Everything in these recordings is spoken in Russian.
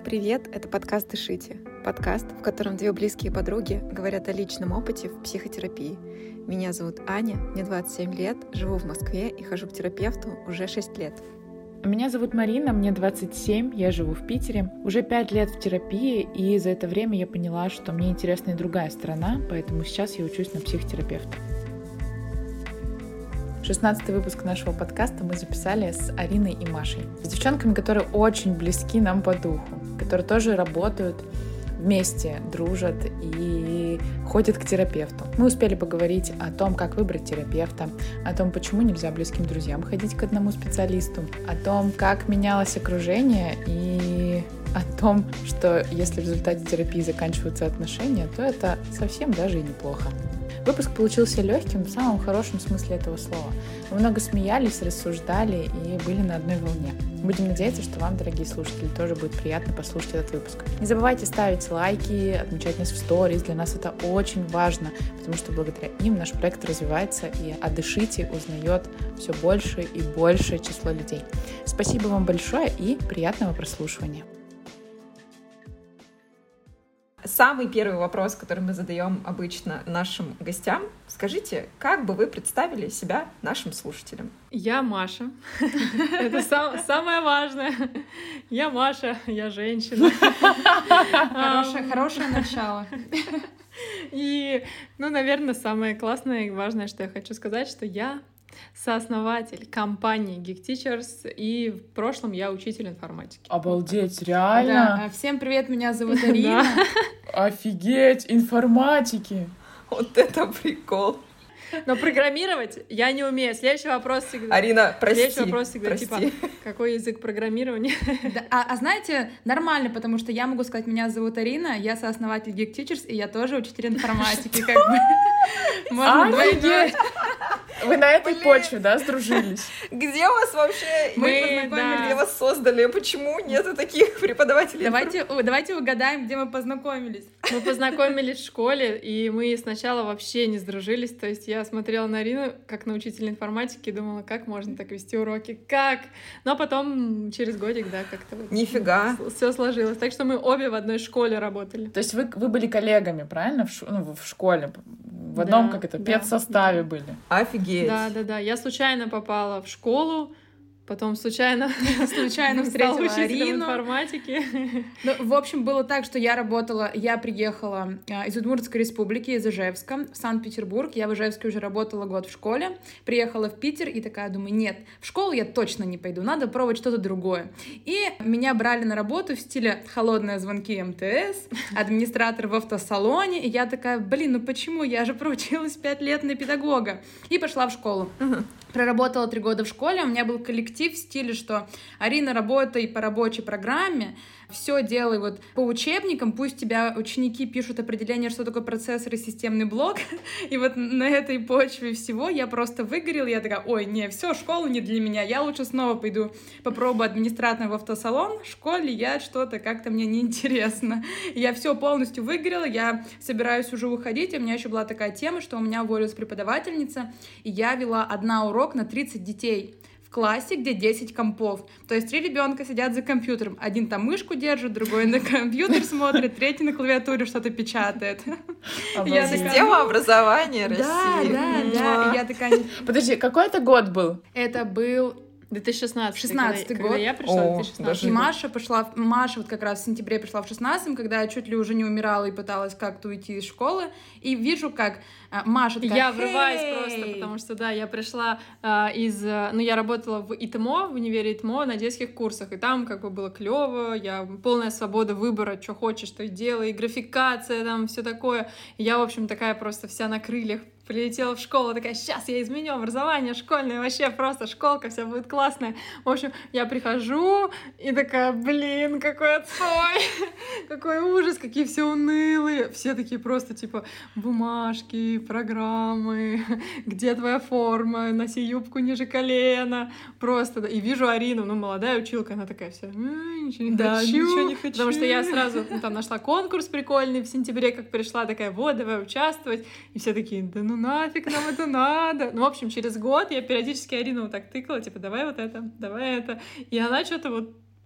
привет! Это подкаст «Дышите». Подкаст, в котором две близкие подруги говорят о личном опыте в психотерапии. Меня зовут Аня, мне 27 лет, живу в Москве и хожу к терапевту уже 6 лет. Меня зовут Марина, мне 27, я живу в Питере. Уже 5 лет в терапии, и за это время я поняла, что мне интересна и другая сторона, поэтому сейчас я учусь на психотерапевта. 16-й выпуск нашего подкаста мы записали с Ариной и Машей. С девчонками, которые очень близки нам по духу, которые тоже работают вместе, дружат и ходят к терапевту. Мы успели поговорить о том, как выбрать терапевта, о том, почему нельзя близким друзьям ходить к одному специалисту, о том, как менялось окружение и о том, что если в результате терапии заканчиваются отношения, то это совсем даже и неплохо. Выпуск получился легким в самом хорошем смысле этого слова. Мы много смеялись, рассуждали и были на одной волне. Будем надеяться, что вам, дорогие слушатели, тоже будет приятно послушать этот выпуск. Не забывайте ставить лайки, отмечать нас в сторис. Для нас это очень важно, потому что благодаря им наш проект развивается и о «Дышите» узнает все больше и большее число людей. Спасибо вам большое и приятного прослушивания. Самый первый вопрос, который мы задаем обычно нашим гостям. Скажите, как бы вы представили себя нашим слушателям? Я Маша. Это самое важное. Я Маша, я женщина. Хорошее начало. И, наверное, самое классное и важное, что я хочу сказать, что я сооснователь компании Geek Teachers, и в прошлом я учитель информатики. Обалдеть, реально? Да. Всем привет, меня зовут Арина. Офигеть, информатики! Вот это прикол! Но программировать я не умею. Следующий вопрос всегда... Арина, прости. Следующий вопрос всегда, типа, какой язык программирования? Да, знаете, нормально, потому что я могу сказать, меня зовут Арина, я сооснователь Geek Teachers, и я тоже учитель информатики, как бы. Можно двойной. Вы на этой почве, да, сдружились? Где вас вообще где вас создали? Почему нету таких преподавателей? Давайте угадаем, где мы познакомились. Мы познакомились в школе, и мы сначала вообще не сдружились. То есть я смотрела на Арину как на учителя информатики и думала, как можно так вести уроки, как? Но потом через годик, да, как-то вот нифига все сложилось. Так что мы обе в одной школе работали. То есть вы были коллегами, правильно, в школе? В одном, педсоставе были. Офигеть. Да. Я случайно попала в школу, потом случайно встретила учителем информатики. В общем, было так, что я приехала из Удмуртской республики, из Ижевска, в Санкт-Петербург. Я в Ижевске уже работала год в школе. Приехала в Питер и такая думаю, нет, в школу я точно не пойду, надо пробовать что-то другое. И меня брали на работу в стиле холодные звонки МТС, администратор в автосалоне. И я такая, почему? Я же проучилась 5 лет на педагога. И пошла в школу. Проработала 3 года в школе, у меня был коллектив в стиле, что Арина, работай по рабочей программе, все делай вот по учебникам, пусть тебя ученики пишут определение, что такое процессор и системный блок, и вот на этой почве всего я просто выгорела, я такая, ой, не, все, школа не для меня, я лучше снова пойду попробую администратором в автосалон, в школе я что-то как-то мне неинтересно. Я все полностью выгорела, я собираюсь уже уходить, у меня еще была такая тема, что у меня уволилась преподавательница, и я вела урок на 30 детей. В классе, где 10 компов. То есть 3 ребенка сидят за компьютером. Один там мышку держит, другой на компьютер смотрит, третий на клавиатуре что-то печатает. Система образования России. Да. Я такая... Подожди, какой это год был? Это был... 2016 год. Когда я пришла в 2016. И Маша вот как раз в сентябре пришла в 16-м, когда я чуть ли уже не умирала и пыталась как-то уйти из школы. И вижу, как Маша такая... Я врываюсь просто, потому что, да, я пришла я работала в ИТМО, в универе ИТМО на детских курсах, и там как бы было клево, полная свобода выбора, что хочешь, то и делай, и графикация, там все такое. И я, в общем, такая просто вся на крыльях прилетела в школу, такая, сейчас я изменю образование школьное, вообще просто школка, вся будет классная. В общем, я прихожу и такая, какой отстой, какой ужас, какие все унылые. Все такие просто, типа, бумажки, программы, где твоя форма, носи юбку ниже колена. Просто, и вижу Арину, молодая училка, она такая вся, ничего не хочу. Потому что я сразу там нашла конкурс прикольный в сентябре, как пришла, такая, вот, давай участвовать. И все такие, да нафиг нам это надо. В общем, через год я периодически Арину вот так тыкала, типа, давай вот это, давай это. И она что-то вот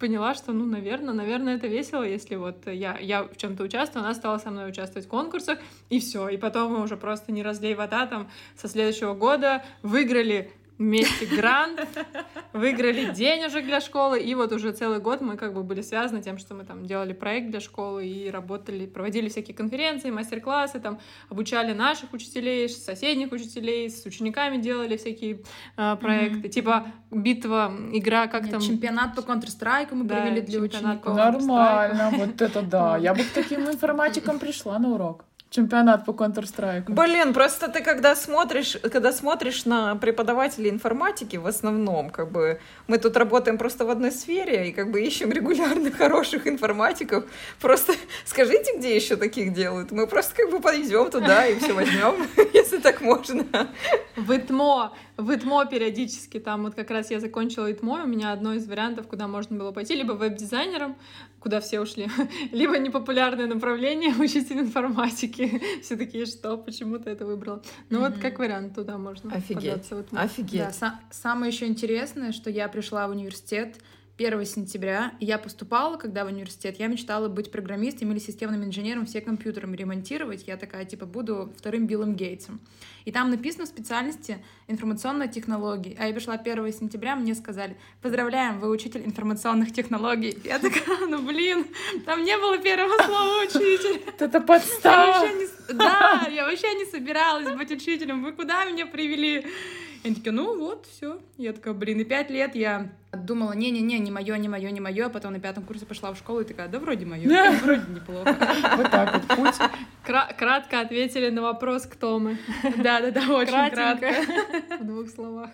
поняла, что, ну, наверное, это весело, если вот я в чем-то участвую, она стала со мной участвовать в конкурсах, и все. И потом мы уже просто не разлей вода, там, со следующего года выиграли вместе грант, выиграли денежек для школы, и вот уже целый год мы как бы были связаны тем, что мы там делали проект для школы и работали, проводили всякие конференции, мастер-классы, там обучали наших учителей, соседних учителей, с учениками делали всякие проекты, типа битва, игра, как там... Чемпионат по Counter-Strike мы провели для учеников. Нормально, вот это да. Я бы к таким информатикам пришла на урок. Чемпионат по Counter-Strike. Блин, просто ты когда смотришь на преподавателей информатики, в основном, как бы, мы тут работаем просто в одной сфере и как бы ищем регулярно хороших информатиков. Просто скажите, где еще таких делают? Мы просто как бы пойдем туда и все возьмем, если так можно. В ИТМО периодически, там вот как раз я закончила ИТМО, у меня одно из вариантов, куда можно было пойти, либо веб-дизайнером, куда все ушли, либо непопулярное направление учитель информатики. Все такие, что, почему ты это выбрала? Ну вот как вариант, туда можно податься. Офигеть. Да, самое еще интересное, что я пришла в университет 1 сентября, и я поступала, когда в университет, я мечтала быть программистом или системным инженером, все компьютерами ремонтировать. Я такая, типа, буду вторым Биллом Гейтсом. И там написано в специальности информационные технологии. А я пришла 1 сентября, мне сказали: поздравляем, вы учитель информационных технологий. Я такая, ну блин, там не было первого слова учитель. Это подстава. Да, я вообще не собиралась быть учителем. Вы куда меня привели? Они такие, ну вот, все. Я такая, блин, и 5 лет я думала, не мое, а потом на 5 курсе пошла в школу и такая, да вроде мое, вроде неплохо. Вот так вот путь. Кратко ответили на вопрос, кто мы. Да, очень кратко. В 2 словах.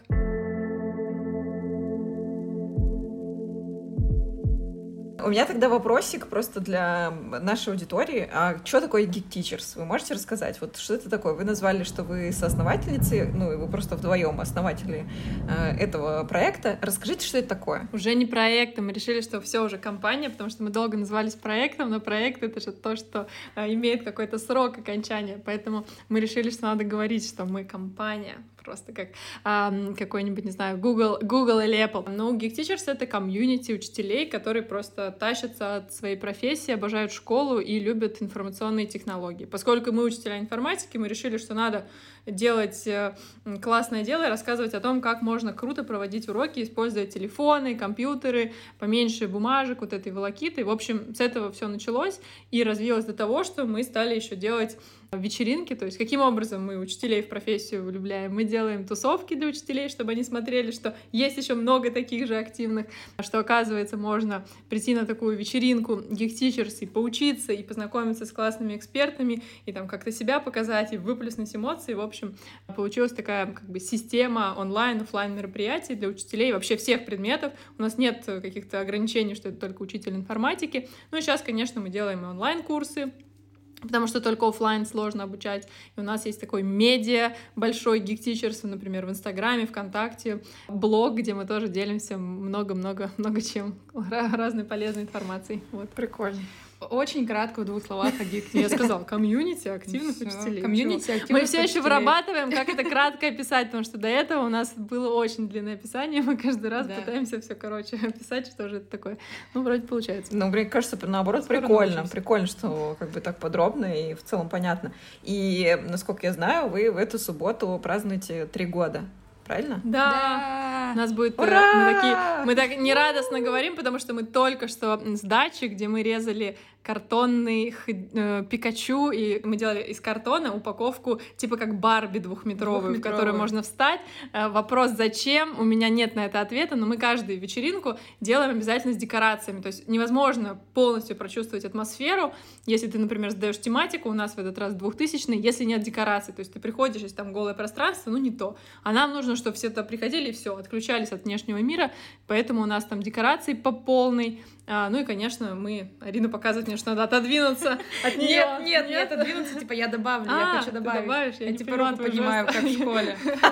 У меня тогда вопросик просто для нашей аудитории. А что такое Geek Teachers? Вы можете рассказать? Вот что это такое? Вы назвали, что вы соосновательницы, ну, и вы просто вдвоем основатели этого проекта. Расскажите, что это такое? Уже не проект, мы решили, что все уже компания, потому что мы долго назывались проектом, но проект — это же то, что имеет какой-то срок окончания, поэтому мы решили, что надо говорить, что мы компания. Просто как какой-нибудь, не знаю, Google или Apple. Но Geek Teachers — это комьюнити учителей, которые просто тащатся от своей профессии, обожают школу и любят информационные технологии. Поскольку мы учителя информатики, мы решили, что надо делать классное дело и рассказывать о том, как можно круто проводить уроки, используя телефоны, компьютеры, поменьше бумажек, вот этой волокиты. В общем, с этого все началось и развилось до того, что мы стали еще делать вечеринки, то есть каким образом мы учителей в профессию влюбляем. Мы делаем тусовки для учителей, чтобы они смотрели, что есть еще много таких же активных, что, оказывается, можно прийти на такую вечеринку Geek Teachers и поучиться, и познакомиться с классными экспертами, и там как-то себя показать, и выплеснуть эмоции. В общем, получилась такая как бы система онлайн, офлайн мероприятий для учителей вообще всех предметов. У нас нет каких-то ограничений, что это только учитель информатики. Ну и сейчас, конечно, мы делаем и онлайн-курсы, потому что только офлайн сложно обучать. И у нас есть такой медиа большой Geek Teachers, например, в Инстаграме, ВКонтакте, блог, где мы тоже делимся много-много чем, разной полезной информацией. Вот. Прикольно. Очень кратко в 2 словах о Geek. Я сказала, комьюнити активных учителей. Комьюнити активных Мы все еще вырабатываем, как это кратко описать, потому что до этого у нас было очень длинное описание, мы каждый раз пытаемся все короче описать, что же это такое. Ну, вроде получается. Ну, мне кажется, наоборот, скоро прикольно. научимся. Прикольно, что как бы так подробно и в целом понятно. И, насколько я знаю, вы в эту субботу празднуете 3 года. Правильно? Да. У нас будет... Ура! Мы так нерадостно говорим, потому что мы только что с дачи, где мы резали картонных Пикачу, и мы делали из картона упаковку типа как Барби 2-метровую, в которую можно встать. Вопрос, зачем? У меня нет на это ответа, но мы каждую вечеринку делаем обязательно с декорациями. То есть невозможно полностью прочувствовать атмосферу, если ты, например, сдаешь тематику, у нас в этот раз 2000-й, если нет декораций. То есть ты приходишь, если там голое пространство, ну не то. А нам нужно, чтобы все туда приходили и все, отключались от внешнего мира, поэтому у нас там декорации по полной. Ну и, конечно, Арина показывает мне, что надо отодвинуться от нее. Нет, отодвинуться, типа, я добавлю, я хочу добавить. Ты добавишь? Я типа руку поднимаю, как в школе.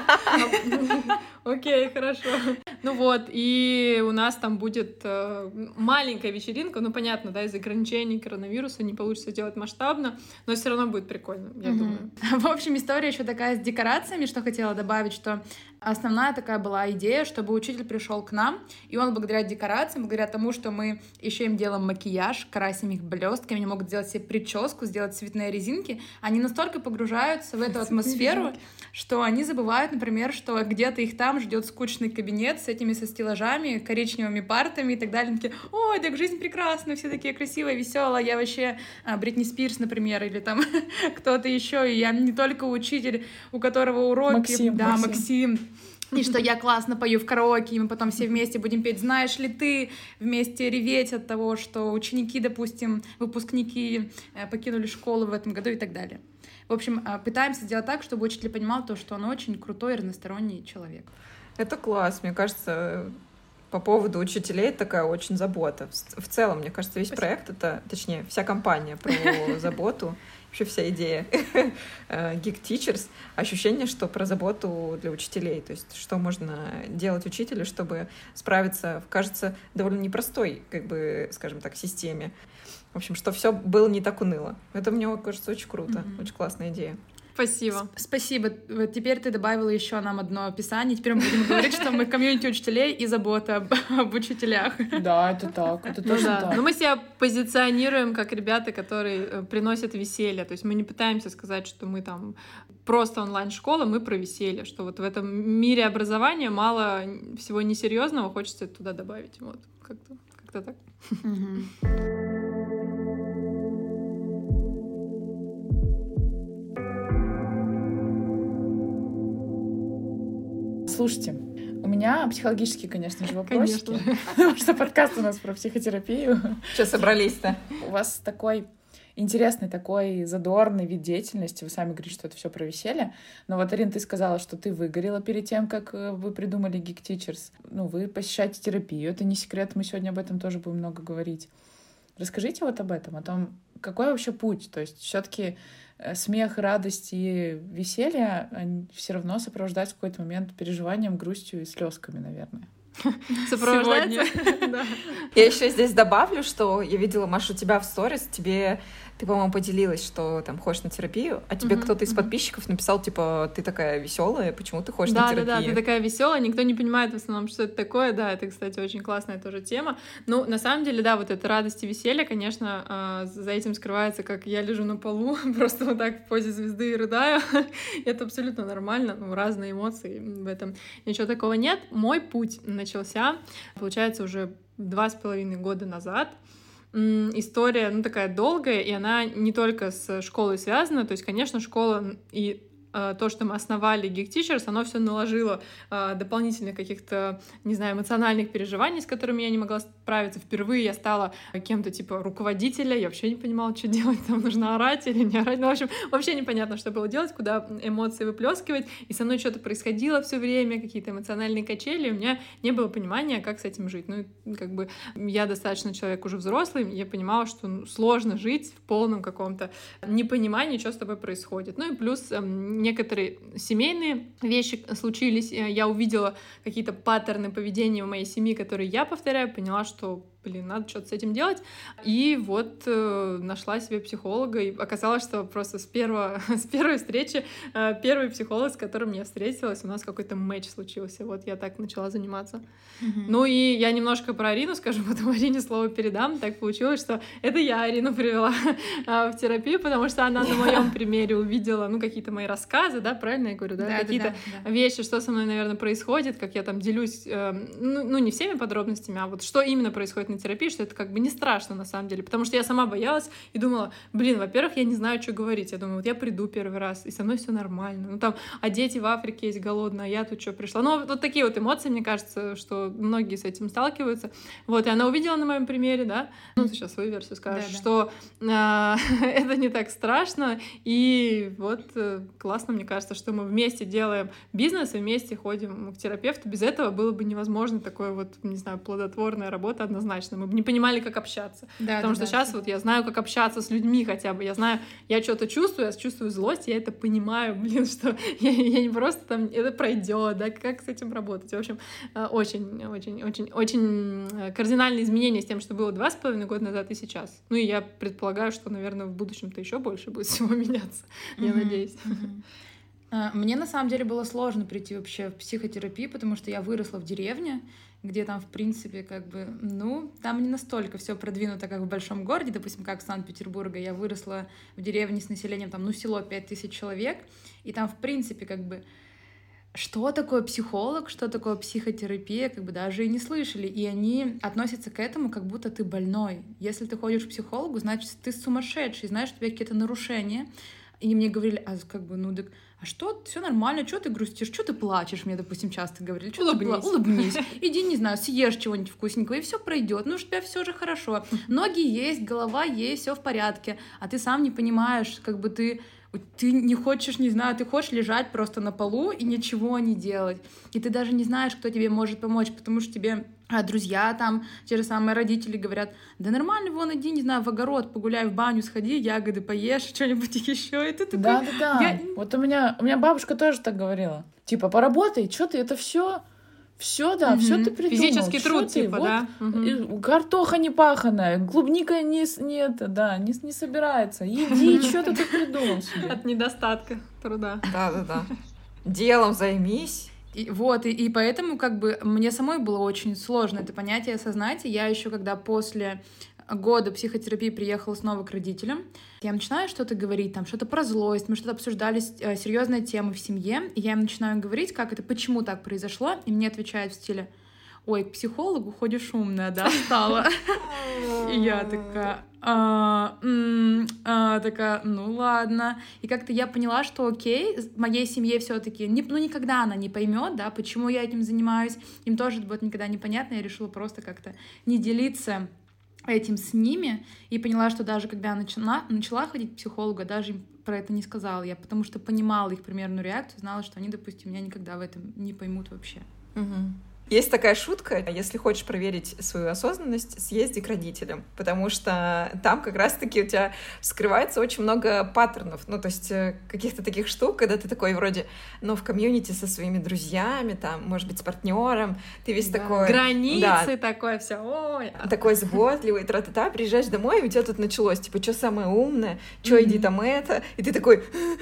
Окей, хорошо. Ну вот, и у нас там будет маленькая вечеринка, ну понятно, да, из-за ограничений коронавируса не получится сделать масштабно, но все равно будет прикольно, я думаю. В общем, история еще такая с декорациями, что хотела добавить, что основная такая была идея, чтобы учитель пришел к нам, и он благодаря декорациям, благодаря тому, что мы еще им делаем макияж, красим их блестками, они могут сделать себе прическу, сделать цветные резинки, они настолько погружаются в эту атмосферу, что они забывают, например, что где-то их там ждет скучный кабинет с этими со стеллажами, коричневыми партами и так далее. Они такие: ой, так жизнь прекрасна, все такие красивые, веселые, я вообще Бритни Спирс, например, или там кто-то еще, и я не только учитель, у которого уроки, Максим. И что я классно пою в караоке, и мы потом все вместе будем петь «Знаешь ли ты?», вместе реветь от того, что ученики, допустим, выпускники покинули школу в этом году и так далее. В общем, пытаемся сделать так, чтобы учитель понимал то, что он очень крутой и разносторонний человек. Это класс, мне кажется, по поводу учителей такая очень забота. В целом, мне кажется, весь проект, это, точнее, вся компания про заботу, вообще вся идея Geek Teachers, ощущение, что про заботу для учителей, то есть что можно делать учителю, чтобы справиться в, кажется, довольно непростой, как бы, скажем так, системе. В общем, что все было не так уныло. Это, мне кажется, очень круто, очень классная идея. Спасибо. Спасибо. Вот теперь ты добавила еще нам одно описание. Теперь мы будем говорить, что мы комьюнити учителей и забота об учителях. Да, это так. Это точно так. Но мы себя позиционируем как ребята, которые приносят веселье. То есть мы не пытаемся сказать, что мы там просто онлайн-школа, мы про веселье. Что вот в этом мире образования мало всего несерьезного, хочется туда добавить. Вот, как-то так. Слушайте, у меня психологические, конечно же, вопросики, потому что подкаст у нас про психотерапию. Что собрались-то? У вас такой интересный, такой задорный вид деятельности. Вы сами говорите, что это все про веселье. Но вот, Арин, ты сказала, что ты выгорела перед тем, как вы придумали Geek Teachers. Ну, вы посещаете терапию. Это не секрет, мы сегодня об этом тоже будем много говорить. Расскажите вот об этом, о том, какой вообще путь. То есть все-таки смех, радость и веселье все равно сопровождаются в какой-то момент переживанием, грустью и слезками, наверное. Сопровождается. Я еще здесь добавлю, что я видела, Маша, у тебя в сторис, ты, по-моему, поделилась, что там ходишь на терапию, а тебе кто-то из подписчиков написал, типа, ты такая веселая, почему ты ходишь на терапию? Да, ты такая веселая, никто не понимает в основном, что это такое. Да, это, кстати, очень классная тоже тема. Ну, на самом деле, да, вот эта радость и веселье, конечно, за этим скрывается, как я лежу на полу, просто вот так в позе звезды и рыдаю. Это абсолютно нормально, разные эмоции в этом. Ничего такого нет. Мой путь начался, получается, уже 2,5 года назад. История, такая долгая, и она не только с школой связана, то есть, конечно, школа и то, что мы основали Geek Teachers, оно все наложило дополнительных каких-то, не знаю, эмоциональных переживаний, с которыми я не могла справиться. Впервые я стала кем-то типа руководителя, я вообще не понимала, что делать, там нужно орать или не орать. Ну, в общем, вообще непонятно, что было делать, куда эмоции выплескивать, и со мной что-то происходило все время, какие-то эмоциональные качели, у меня не было понимания, как с этим жить. Ну, как бы я достаточно человек уже взрослый, я понимала, что сложно жить в полном каком-то непонимании, что с тобой происходит. Ну и плюс некоторые семейные вещи случились, я увидела какие-то паттерны поведения в моей семье, которые я повторяю, поняла, что надо что-то с этим делать. И вот нашла себе психолога, и оказалось, что просто с первой встречи первый психолог, с которым я встретилась, у нас какой-то матч случился. Вот я так начала заниматься. Ну и я немножко про Арину скажу, потом Арине слово передам. Так получилось, что это я Арину привела в терапию, потому что она на моем примере увидела, какие-то мои рассказы, да, правильно я говорю, да? Какие-то вещи, что со мной, наверное, происходит, как я там делюсь, не всеми подробностями, а вот что именно происходит на терапии, что это как бы не страшно на самом деле, потому что я сама боялась и думала, во-первых, я не знаю, что говорить, я думаю, вот я приду первый раз, и со мной все нормально, а дети в Африке есть голодные, а я тут что пришла, вот такие вот эмоции, мне кажется, что многие с этим сталкиваются, вот, и она увидела на моем примере, да, ты сейчас свою версию скажешь, что это не так страшно, и вот классно, мне кажется, что мы вместе делаем бизнес и вместе ходим к терапевту, без этого было бы невозможно такое вот, не знаю, плодотворная работа однозначно. Мы бы не понимали, как общаться. Потому что сейчас вот я знаю, как общаться с людьми хотя бы. Я знаю, я что-то чувствую, я чувствую злость, я это понимаю, что я не просто там, это пройдет, да, как с этим работать. В общем, очень кардинальные изменения с тем, что было 2,5 года назад и сейчас. Ну и я предполагаю, что, наверное, в будущем-то еще больше будет всего меняться. Я надеюсь. Мне на самом деле было сложно прийти вообще в психотерапию, потому что я выросла в деревне, где там, в принципе, как бы, ну, там не настолько все продвинуто, как в большом городе, допустим, как в Санкт-Петербурге. Я выросла в деревне с населением, там, ну, село 5000 человек, и там, в принципе, как бы, что такое психолог, что такое психотерапия, как бы даже и не слышали. И они относятся к этому, как будто ты больной. Если ты ходишь к психологу, значит, ты сумасшедший, знаешь, у тебя какие-то нарушения. И мне говорили, а как бы, ну, так, а что, все нормально, что ты грустишь, что ты плачешь, мне, допустим, часто говорили, что ты улыбнись, иди, не знаю, съешь чего-нибудь вкусненького, и все пройдет, ну, у тебя все же хорошо, ноги есть, голова есть, все в порядке, а ты сам не понимаешь, как бы ты не хочешь, не знаю, ты хочешь лежать просто на полу и ничего не делать, и ты даже не знаешь, кто тебе может помочь, потому что тебе друзья там, те же самые родители говорят, да нормально, вон иди, не знаю, в огород, погуляй, в баню сходи, ягоды поешь, что-нибудь еще, и ты такой... Да. Вот у меня бабушка тоже так говорила, типа, поработай, что ты, это все, все ты придумал. Физический труд, типа, вот, да? Картоха не паханая, клубника не собирается. Иди, что ты тут придумал себе? От недостатка труда. Да. Делом займись. И поэтому как бы мне самой было очень сложно это понятие осознать. И я еще когда после года психотерапии приехала снова к родителям, я начинаю что-то говорить, там что-то про злость, мы что-то обсуждали, серьезные темы в семье, и я им начинаю говорить, как это, почему так произошло, и мне отвечают в стиле: ой, к психологу ходишь умная, да, стала? И я такая... такая, ну ладно. И как-то я поняла, что окей, моей семье все-таки, ну никогда она не поймет, да, почему я этим занимаюсь, им тоже это будет никогда непонятно, я решила просто как-то не делиться этим с ними, и поняла, что даже когда я начала ходить к психологу, даже им про это не сказала я, потому что понимала их примерную реакцию, знала, что они, допустим, меня никогда в этом не поймут вообще. Есть такая шутка: если хочешь проверить свою осознанность, съезди к родителям, потому что там как раз-таки у тебя вскрывается очень много паттернов, ну, то есть каких-то таких штук, когда ты такой вроде, ну, в комьюнити со своими друзьями, там, может быть, с партнером, ты весь такой... Границы, такое все, ой. Такой заботливый, тра-та-та, приезжаешь домой, и у тебя тут началось, типа, что самое умное, что иди там это, и ты такой...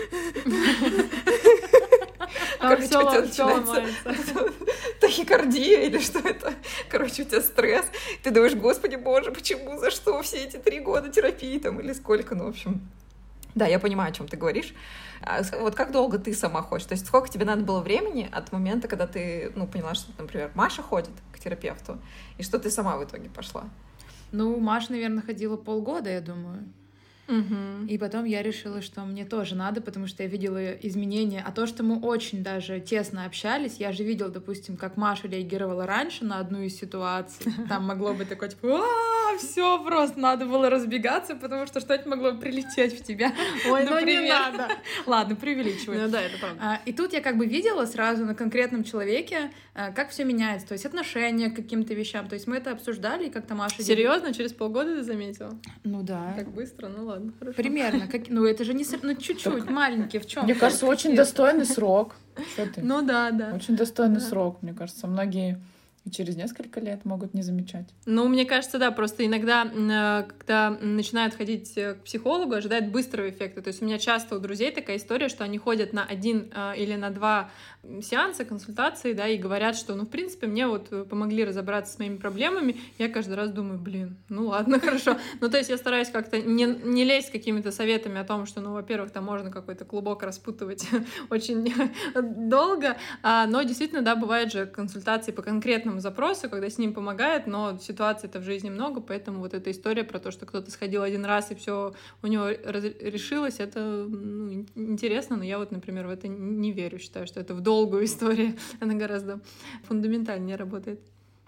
Короче, у тебя начинается тахикардия или что это? Короче, у тебя стресс. Ты думаешь, господи боже, почему, за что все эти 3 года терапии там или сколько, ну, в общем... Да, я понимаю, о чем ты говоришь. Вот как долго ты сама ходишь? То есть сколько тебе надо было времени от момента, когда ты, ну, поняла, что, например, Маша ходит к терапевту, и что ты сама в итоге пошла? Ну, Маша, наверное, ходила полгода, я думаю. И потом я решила, что мне тоже надо, потому что я видела изменения. А то, что мы очень даже тесно общались, я же видела, допустим, как Маша реагировала раньше на одну из ситуаций. Там могло быть такое, типа, все просто, надо было разбегаться, потому что что-нибудь могло прилететь в тебя. Ой, ну не надо. Ладно, преувеличиваю. Ну да, это правда. И тут я как бы видела сразу на конкретном человеке, как все меняется, то есть отношение к каким-то вещам. То есть мы это обсуждали, и как-то Маша... Серьезно? Через полгода ты заметила? Ну да. Так быстро? Ну ладно, хорошо. Примерно. Ну это же не... Ну чуть-чуть, маленький, в чем? Мне кажется, очень достойный срок. Что ты? Ну да. Очень достойный срок, мне кажется. Многие и через несколько лет могут не замечать. Ну, мне кажется, да, просто иногда, когда начинают ходить к психологу, ожидают быстрого эффекта. То есть у меня часто у друзей такая история, что они ходят на 1 или на 2 сеанса, консультации, да, и говорят, что, ну, в принципе, мне вот помогли разобраться с моими проблемами. Я каждый раз думаю, блин, ну ладно, хорошо. Ну, то есть я стараюсь как-то не лезть с какими-то советами о том, что, ну, во-первых, там можно какой-то клубок распутывать очень долго, но действительно, да, бывают же консультации по конкретному запросу, когда с ним помогает, но ситуаций-то в жизни много, поэтому вот эта история про то, что кто-то сходил 1 раз и все у него решилось, это, ну, интересно, но я вот, например, в это не верю, считаю, что это в долгую историю, она гораздо фундаментальнее работает.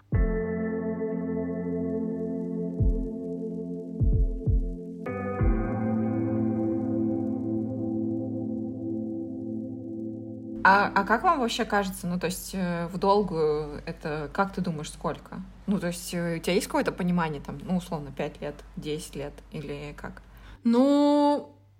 А как вам вообще кажется, ну, то есть в долгую это, как ты думаешь, сколько? Ну, то есть у тебя есть какое-то понимание, там, ну, условно, 5 лет, 10 лет или как? Ну,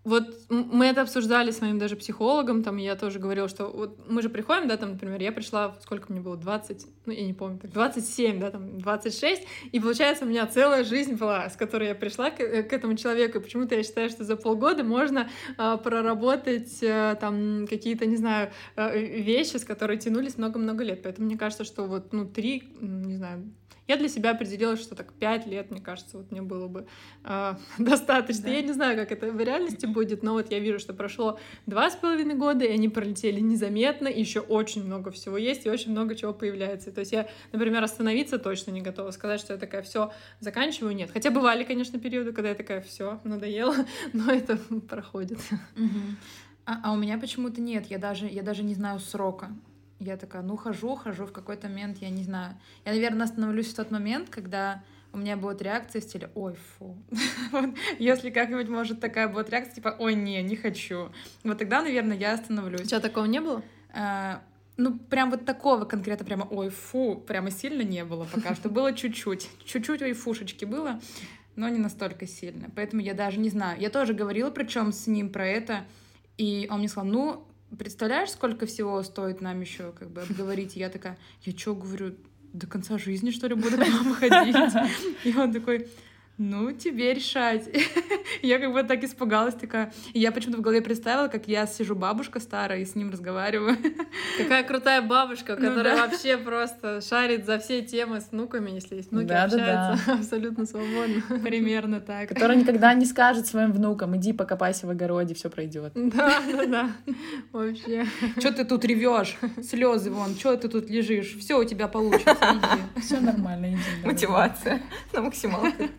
Вот мы это обсуждали с моим даже психологом, там, и я тоже говорила, что вот мы же приходим, да, там, например, я пришла, сколько мне было, 20, ну, я не помню, так, 27, да, там, 26, и, получается, у меня целая жизнь была, с которой я пришла к этому человеку, и почему-то я считаю, что за полгода можно проработать там какие-то, не знаю, вещи, с которыми тянулись много-много лет, поэтому мне кажется, что вот, ну, 3, не знаю, я для себя определила, что так 5 лет, мне кажется, вот мне было бы достаточно. Да. Я не знаю, как это в реальности будет, но вот я вижу, что прошло 2,5 года, и они пролетели незаметно, и еще очень много всего есть, и очень много чего появляется. То есть я, например, остановиться точно не готова, сказать, что я такая, все, заканчиваю, нет. Хотя бывали, конечно, периоды, когда я такая, все, надоело, но это проходит. А у меня почему-то нет, я даже не знаю срока. Я такая, ну, хожу в какой-то момент, я не знаю. Я, наверное, остановлюсь в тот момент, когда у меня будет реакция в стиле «Ой, фу». Если как-нибудь, может, такая будет реакция, типа «Ой, не хочу». Вот тогда, наверное, я остановлюсь. У тебя такого не было? Ну, прям вот такого конкретно прямо «Ой, фу» прямо сильно не было пока что. Было чуть-чуть. Чуть-чуть «Ой, фушечки» было, но не настолько сильно. Поэтому я даже не знаю. Я тоже говорила причем с ним про это, и он мне сказал, ну, представляешь, сколько всего стоит нам еще как бы обговорить? И я такая, я что, говорю, до конца жизни, что ли, буду к вам ходить? И он такой, ну, тебе решать. Я как бы так испугалась, такая. И я почему-то в голове представила, как я сижу, бабушка старая, и с ним разговариваю. Какая крутая бабушка, которая вообще просто шарит за все темы с внуками, если есть внуки, общаются абсолютно свободно. Примерно так. Которая никогда не скажет своим внукам, иди покопайся в огороде, все пройдет. Да, вообще. Что ты тут ревешь? Слезы вон, что ты тут лежишь? Все у тебя получится, иди. Все нормально, иди. Мотивация на максималках.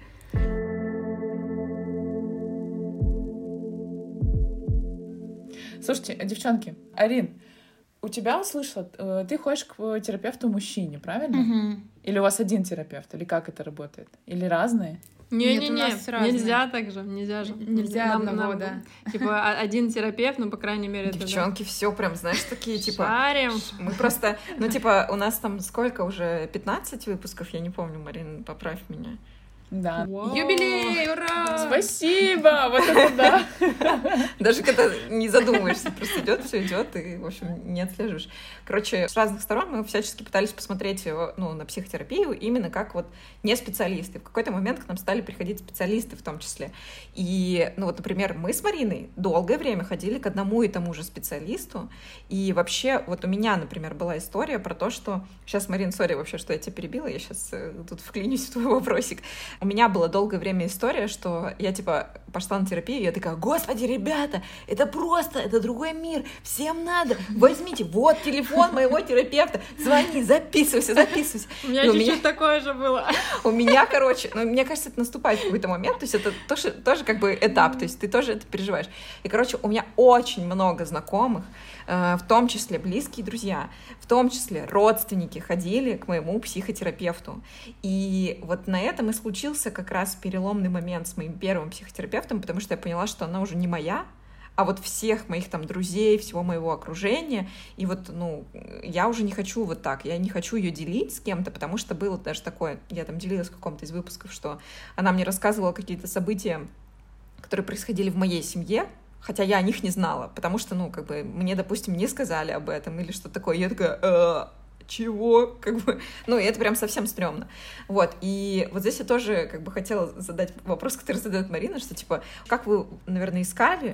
Слушайте, девчонки, Арин, у тебя услышала, ты ходишь к терапевту-мужчине, правильно? Угу. Или у вас один терапевт, или как это работает? Или разные? Не-не-не, нельзя так же, нельзя же. Нельзя одного, да. Типа один терапевт, ну, по крайней мере, это, девчонки, все прям, знаешь, такие, типа... Шарим. Мы просто, ну, типа, у нас там сколько уже, 15 выпусков, я не помню, Марин, поправь меня. Да. Юбилей, ура! Спасибо! Вот это да! Даже когда не задумываешься, просто все идет, и, в общем, не отслеживаешь. Короче, с разных сторон мы всячески пытались посмотреть, ну, на психотерапию именно как вот не специалисты. В какой-то момент к нам стали приходить специалисты в том числе. И, ну, вот, например, мы с Мариной долгое время ходили к одному и тому же специалисту. И вообще, вот у меня, например, была история про то, что... Сейчас, Марин, сори вообще, что я тебя перебила, я сейчас тут вклинюсь в твой вопросик. У меня была долгое время история, что я, типа, пошла на терапию, и я такая, господи, ребята, это просто, это другой мир, всем надо, возьмите, вот телефон моего терапевта, звони, записывайся. У меня чуть-чуть такое же было. У меня, короче, ну, мне кажется, это наступает в какой-то момент, то есть это тоже как бы этап, то есть ты тоже это переживаешь. И, короче, у меня очень много знакомых, в том числе близкие друзья, в том числе родственники ходили к моему психотерапевту. И вот на этом и случился как раз переломный момент с моим первым психотерапевтом, потому что я поняла, что она уже не моя, а вот всех моих там друзей, всего моего окружения, и вот, ну, я уже не хочу вот так, я не хочу ее делить с кем-то, потому что было даже такое, я там делилась в каком-то из выпусков, что она мне рассказывала какие-то события, которые происходили в моей семье, хотя я о них не знала, потому что, ну, как бы, мне, допустим, не сказали об этом или что-то такое, я такая, чего, как бы, ну, и это прям совсем стрёмно, вот, и вот здесь я тоже, как бы, хотела задать вопрос, который задает Марина, что, типа, как вы, наверное, искали.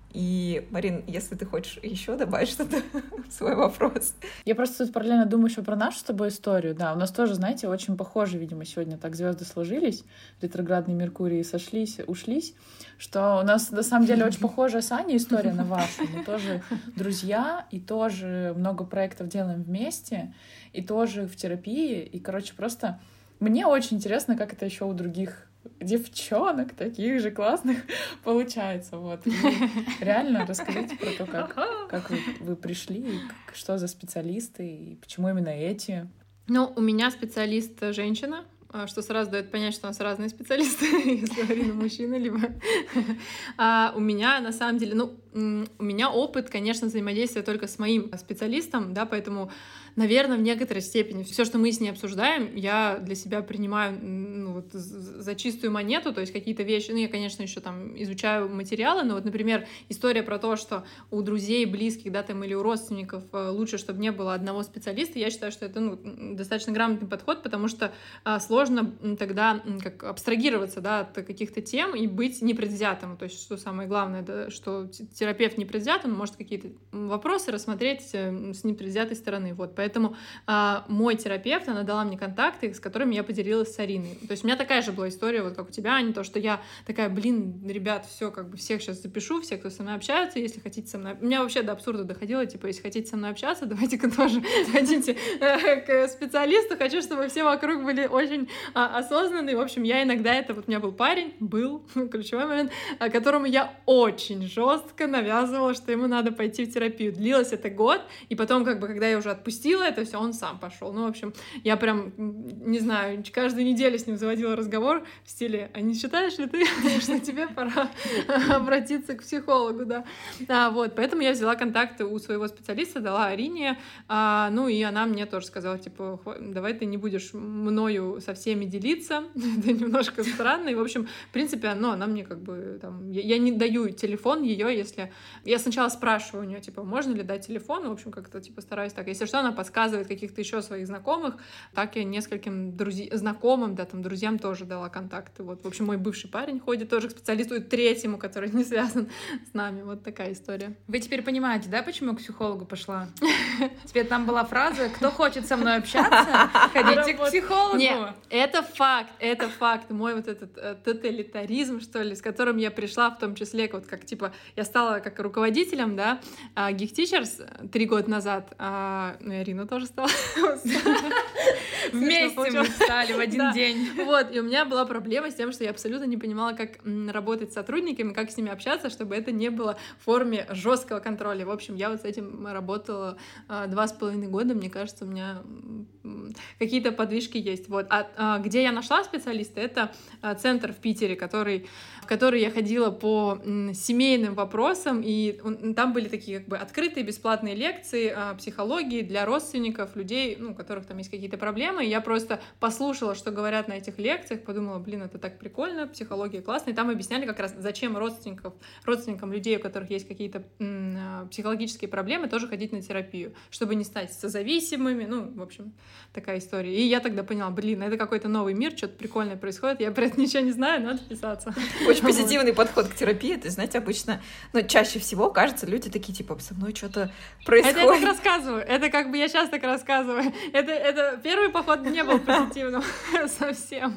И, Марин, если ты хочешь еще добавить что-то в свой вопрос. Я просто тут параллельно думаю еще про нашу с тобой историю. Да, у нас тоже, знаете, очень похоже, видимо, сегодня так звезды сложились, ретроградные Меркурии сошлись, ушлись, что у нас на самом деле очень похожая с Аней история на вашу. Мы тоже друзья, и тоже много проектов делаем вместе, и тоже в терапии. И, короче, просто мне очень интересно, как это еще у других девчонок таких же классных получается. Вот. И реально расскажите про то, как вы пришли, и что за специалисты, и почему именно эти. Ну, у меня специалист женщина, что сразу дает понять, что у нас разные специалисты, если Арина мужчина, либо... А у меня, на самом деле, ну, у меня опыт, конечно, взаимодействия только с моим специалистом, да, поэтому, наверное, в некоторой степени все, что мы с ней обсуждаем, я для себя принимаю за чистую монету, то есть какие-то вещи, я, конечно, еще там изучаю материалы, но вот, например, история про то, что у друзей, близких, да, там, или у родственников лучше, чтобы не было одного специалиста, я считаю, что это, достаточно грамотный подход, потому что сложно тогда как абстрагироваться, да, от каких-то тем и быть непредвзятым, то есть что самое главное, да, что терапевт непредвзят, он может какие-то вопросы рассмотреть с непредвзятой стороны, вот, поэтому мой терапевт, она дала мне контакты, с которыми я поделилась с Ариной, то есть у меня такая же была история, вот как у тебя, Аня, то, что я такая, ребят, все, как бы всех сейчас запишу, все, кто со мной общаются, если хотите со мной, у меня вообще до абсурда доходило, типа, если хотите со мной общаться, давайте-ка тоже ходите к специалисту, хочу, чтобы все вокруг были очень осознанные, в общем, я иногда у меня был ключевой момент, которому я очень жестко навязывала, что ему надо пойти в терапию. Длилось это год, и потом, когда я уже отпустила это все, он сам пошел. В общем, я прям, не знаю, каждую неделю с ним заводила разговор в стиле: а не считаешь ли ты, что тебе пора обратиться к психологу, да? Вот, поэтому я взяла контакты у своего специалиста, дала Арине, и она мне тоже сказала, типа, давай ты не будешь мною со всеми делиться, это немножко странно, и, в общем, в принципе, она мне я не даю телефон ее, если... Я сначала спрашиваю у нее, типа, можно ли дать телефон, в общем, как-то, типа, стараюсь так. Если что, она подсказывает каких-то еще своих знакомых, так я нескольким знакомым, да, там, друзьям тоже дала контакты. Вот, в общем, мой бывший парень ходит тоже к специалисту, третьему, который не связан с нами. Вот такая история. Вы теперь понимаете, да, почему я к психологу пошла? Теперь там была фраза: кто хочет со мной общаться, ходите к психологу. Нет, это факт. Мой вот этот тоталитаризм, что ли, с которым я пришла, в том числе, вот как, типа, я стала как руководителем, да, Geek Teachers 3 года назад, и Арина тоже стала. Вместе мы стали в один день. Вот, и у меня была проблема с тем, что я абсолютно не понимала, как работать с сотрудниками, как с ними общаться, чтобы это не было в форме жесткого контроля. В общем, я вот с этим работала 2,5 года, мне кажется, у меня какие-то подвижки есть. Вот. Где я нашла специалиста, это центр в Питере, в который я ходила по семейным вопросам, и там были такие как бы открытые бесплатные лекции психологии для родственников, людей, у которых там есть какие-то проблемы. И я просто послушала, что говорят на этих лекциях, подумала, это так прикольно, психология классная. И там объясняли как раз, зачем родственникам людей, у которых есть какие-то психологические проблемы, тоже ходить на терапию, чтобы не стать созависимыми, в общем, такая история. И я тогда поняла, это какой-то новый мир, что-то прикольное происходит, я про это ничего не знаю, надо вписаться. Очень позитивный подход к терапии. То есть, знаете, обычно, чаще всего, кажется, люди такие, типа, со мной что-то происходит. Это я так рассказываю. Это как бы я сейчас так рассказываю. Это первый поход не был позитивным совсем.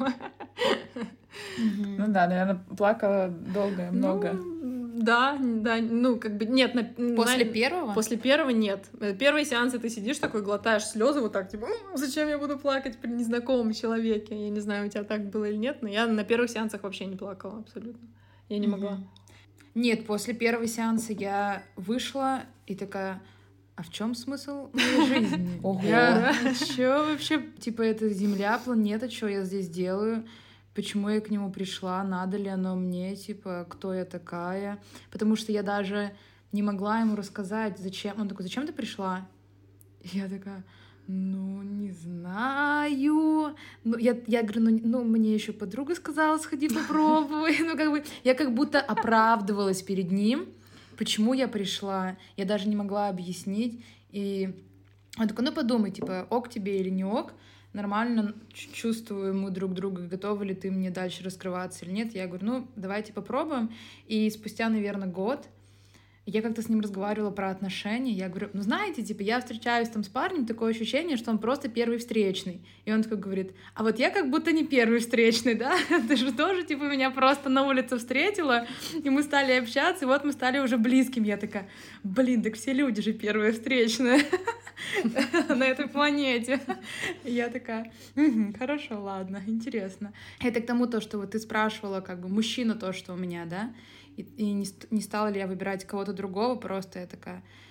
Да, наверное, плакала долго, много. Да, нет. После первого? После первого нет. Первые сеансы ты сидишь такой, глотаешь слезы вот так, типа, зачем я буду плакать при незнакомом человеке? Я не знаю, у тебя так было или нет, но я на первых сеансах вообще не плакала абсолютно. Я не могла. Нет, после первого сеанса я вышла и такая: а в чем смысл моей жизни? Чё вообще? Типа, это Земля, планета, что я здесь делаю? Почему я к нему пришла, надо ли оно мне, типа, кто я такая. Потому что я даже не могла ему рассказать, зачем. Он такой: зачем ты пришла? И я такая: не знаю. Я говорю, мне еще подруга сказала, сходи попробуй. Я как будто оправдывалась перед ним, почему я пришла. Я даже не могла объяснить. И он такой: подумай, типа, ок тебе или не ок. Нормально чувствуем мы друг друга, готова ли ты мне дальше раскрываться или нет. Я говорю, давайте попробуем. И спустя, наверное, год я как-то с ним разговаривала про отношения. Я говорю, знаете, типа, я встречаюсь там с парнем, такое ощущение, что он просто первый встречный. И он такой говорит: а вот я как будто не первый встречный, да? Ты же тоже, типа, меня просто на улице встретила, и мы стали общаться, и вот мы стали уже близким. Я такая: так все люди же первые встречные на этой планете. Я такая: хорошо, ладно, интересно. Это к тому, что вот ты спрашивала, как бы, мужчина то, что у меня, да? И не стала ли я выбирать кого-то другого, просто я такая: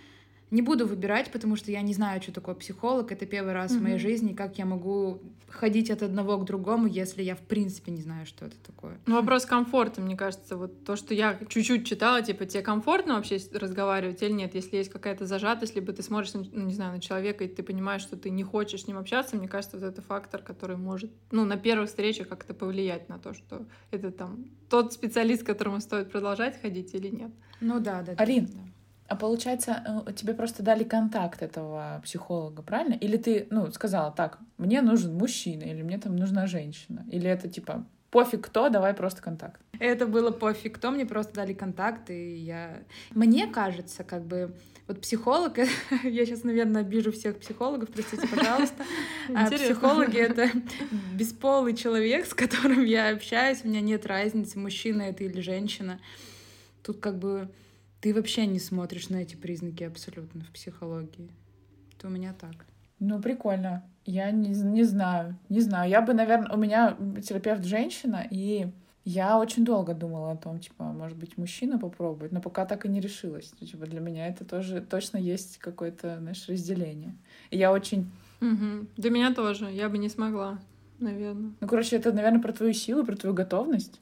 не буду выбирать, потому что я не знаю, что такое психолог. Это первый раз в моей жизни, как я могу ходить от одного к другому, если я в принципе не знаю, что это такое. Ну, вопрос комфорта, мне кажется. Вот то, что я чуть-чуть читала, типа, тебе комфортно вообще разговаривать или нет? Если есть какая-то зажатость, либо ты смотришь, не знаю, на человека, и ты понимаешь, что ты не хочешь с ним общаться, мне кажется, вот это фактор, который может, на первых встречах как-то повлиять на то, что это там тот специалист, к которому стоит продолжать ходить или нет. Ну да. Арин, а получается, тебе просто дали контакт этого психолога, правильно? Или ты, сказала, так, мне нужен мужчина, или мне там нужна женщина? Или это типа, пофиг кто, давай просто контакт? Это было пофиг кто, мне просто дали контакт, и Мне кажется, как бы, вот психолог, я сейчас, наверное, обижу всех психологов, простите, пожалуйста. Психологи — это бесполый человек, с которым я общаюсь, у меня нет разницы, мужчина это или женщина. Тут как бы ты вообще не смотришь на эти признаки абсолютно в психологии. Это у меня так. Ну, прикольно. Я не знаю. Я бы, наверное... У меня терапевт женщина, и я очень долго думала о том, типа, может быть, мужчину попробовать, но пока так и не решилась. Типа, для меня это тоже точно есть какое-то, знаешь, разделение. И я очень... Для меня тоже. Я бы не смогла, наверное. Ну, короче, это, наверное, про твою силу, про твою готовность.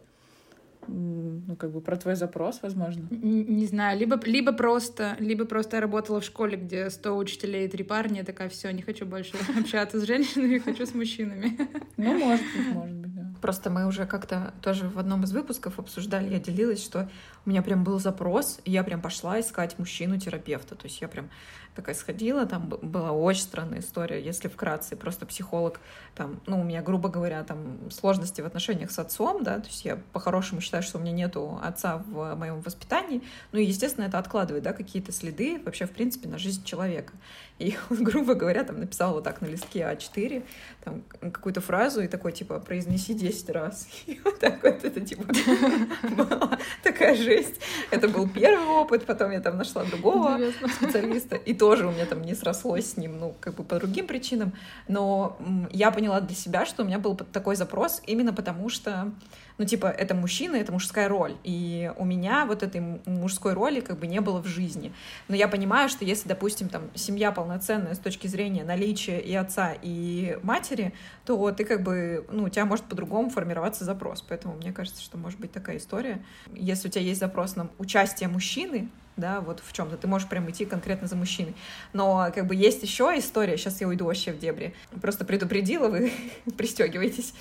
Как бы про твой запрос, возможно. Не знаю, либо просто я работала в школе, где 100 учителей и 3 парня, я такая, все, не хочу больше общаться с женщинами, хочу с мужчинами. Ну, может быть, да. Просто мы уже как-то тоже в одном из выпусков обсуждали, я делилась, что у меня прям был запрос, и я прям пошла искать мужчину-терапевта. То есть я прям такая сходила, там была очень странная история, если вкратце, просто психолог, там, у меня, грубо говоря, там сложности в отношениях с отцом, да, то есть я по-хорошему считаю, что у меня нету отца в моем воспитании, и, естественно, это откладывает, да, какие-то следы вообще, в принципе, на жизнь человека. И он, грубо говоря, там написал вот так на листке А4 там какую-то фразу и такой, типа, произнеси 10 раз. И вот так вот это, типа, была такая жесть. Это был первый опыт, потом я там нашла другого специалиста, и тоже у меня там не срослось с ним, как бы по другим причинам. Но я поняла для себя, что у меня был такой запрос именно потому, что это мужчина, это мужская роль. И у меня вот этой мужской роли как бы не было в жизни. Но я понимаю, что если, допустим, там семья полноценная с точки зрения наличия и отца, и матери, то ты как бы, у тебя может по-другому формироваться запрос. Поэтому мне кажется, что может быть такая история. Если у тебя есть запрос на участие мужчины, да, вот в чем-то, ты можешь прям идти конкретно за мужчиной. Но как бы есть еще история, сейчас я уйду вообще в дебри, просто предупредила, вы пристегивайтесь.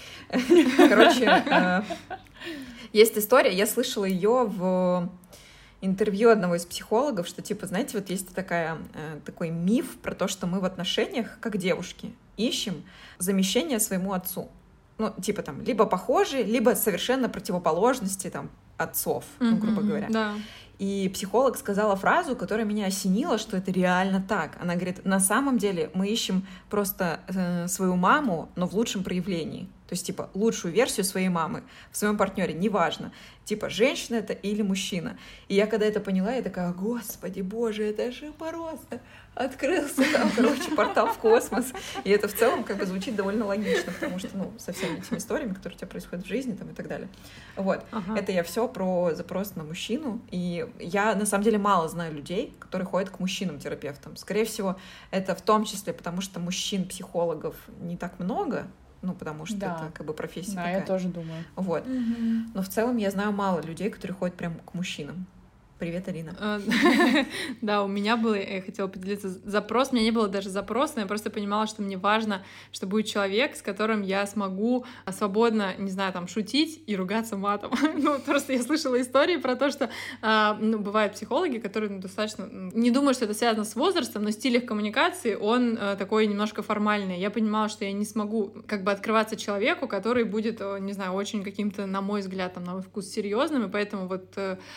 Короче, есть история, я слышала ее в интервью одного из психологов, что, типа, знаете, вот есть такой миф про то, что мы в отношениях, как девушки, ищем замещение своему отцу. Типа там, либо похожие, либо совершенно противоположности там отцов, грубо говоря. Да. И психолог сказала фразу, которая меня осенила, что это реально так. Она говорит, на самом деле мы ищем просто свою маму, но в лучшем проявлении. То есть, типа, лучшую версию своей мамы в своем партнере, неважно, типа, женщина это или мужчина. И я когда это поняла, я такая, господи, боже, это же просто открылся там, портал в космос. И это в целом как бы звучит довольно логично, потому что, со всеми этими историями, которые у тебя происходят в жизни там и так далее. Вот. Это я все про запрос на мужчину. И я, на самом деле, мало знаю людей, которые ходят к мужчинам-терапевтам. Скорее всего, это в том числе потому, что мужчин-психологов не так много, потому что это как бы профессия такая. Да, я тоже думаю. Вот. Но в целом я знаю мало людей, которые ходят прям к мужчинам. Привет, Арина. Да, у меня был, я хотела поделиться, запрос. У меня не было даже запроса, но я просто понимала, что мне важно, что будет человек, с которым я смогу свободно, не знаю, там, шутить и ругаться матом. Просто я слышала истории про то, что бывают психологи, которые достаточно... Не думаю, что это связано с возрастом, но стиль их коммуникации, он такой немножко формальный. Я понимала, что я не смогу как бы открываться человеку, который будет, не знаю, очень каким-то, на мой взгляд, там, на мой вкус, серьезным, и поэтому вот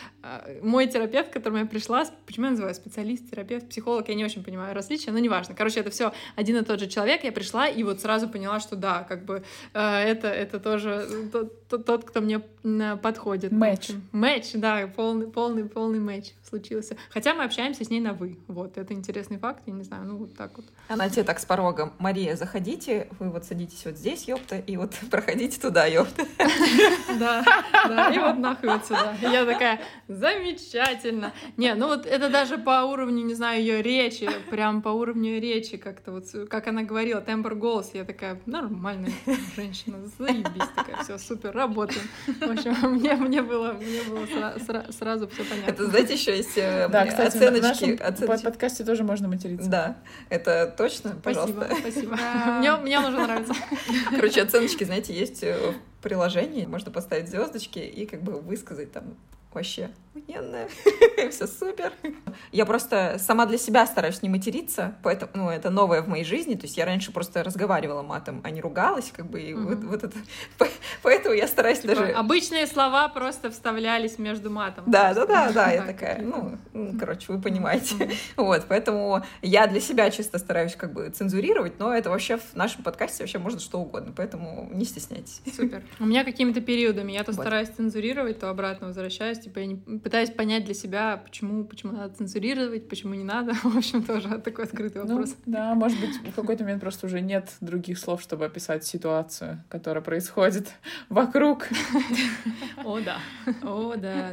мой терапевт, к которому я пришла, почему я называю специалист, терапевт, психолог, я не очень понимаю различия, но неважно. Короче, это все один и тот же человек. Я пришла и вот сразу поняла, что да, как бы это тоже тот, кто мне подходит. Мэтч, да, полный мэтч случился. Хотя мы общаемся с ней на «вы». Вот, это интересный факт, я не знаю, вот так вот. Она тебе так с порога: Мария, заходите, вы вот садитесь вот здесь, ёпта, и вот проходите туда, ёпта. Да, и вот нахуй вот сюда. Я такая, замечательно. Замечательно. Не, ну вот это даже по уровню, не знаю, ее речи, прям по уровню речи как-то вот, как она говорила, тембр голос, я такая, нормальная женщина, заебись такая, все супер, работаем. В общем, мне было сразу все понятно. Это, знаете, еще есть кстати, оценочки. В нашем подкасте тоже можно материться. Да, это точно, пожалуйста. Спасибо. Мне уже нравится. Короче, оценочки, знаете, есть в приложении, можно поставить звездочки и как бы высказать там вообще охуенно, все супер. Я просто сама для себя стараюсь не материться, поэтому, ну, это новое в моей жизни, то есть я раньше просто разговаривала матом, а не ругалась, как бы, и вот это, поэтому я стараюсь типа, даже... Обычные слова просто вставлялись между матом. Да, я такая, ну, короче, вы понимаете. Вот, поэтому я для себя чисто стараюсь как бы цензурировать, но это вообще в нашем подкасте вообще можно что угодно, поэтому не стесняйтесь. Супер. У меня какими-то периодами я то стараюсь цензурировать, то обратно возвращаюсь, типа я пытаюсь понять для себя, почему надо цензурировать, почему не надо. В общем, тоже такой открытый вопрос. Ну, да, может быть, в какой-то момент просто уже нет других слов, чтобы описать ситуацию, которая происходит вокруг. О, да. О, да.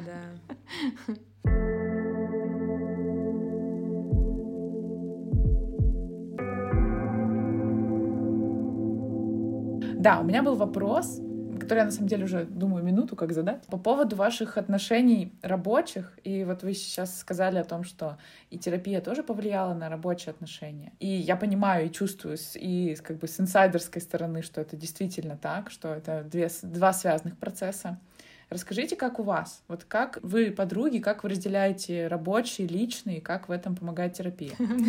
Да, у меня был вопрос, который я, на самом деле, уже думаю минуту, как задать. По поводу ваших отношений рабочих, и вот вы сейчас сказали о том, что и терапия тоже повлияла на рабочие отношения. И я понимаю и чувствую и как бы с инсайдерской стороны, что это действительно так, что это два связанных процесса. Расскажите, как у вас? Вот как вы, подруги, как вы разделяете рабочие, личные, как в этом помогает терапия?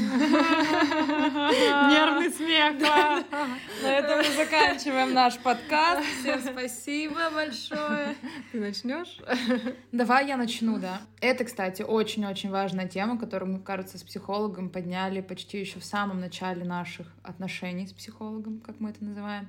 Нервный смех. На этом мы заканчиваем наш подкаст. Всем спасибо большое. Ты начнешь? Давай я начну, да. Это, кстати, очень-очень важная тема, которую мы, кажется, с психологом подняли почти еще в самом начале наших отношений с психологом, как мы это называем.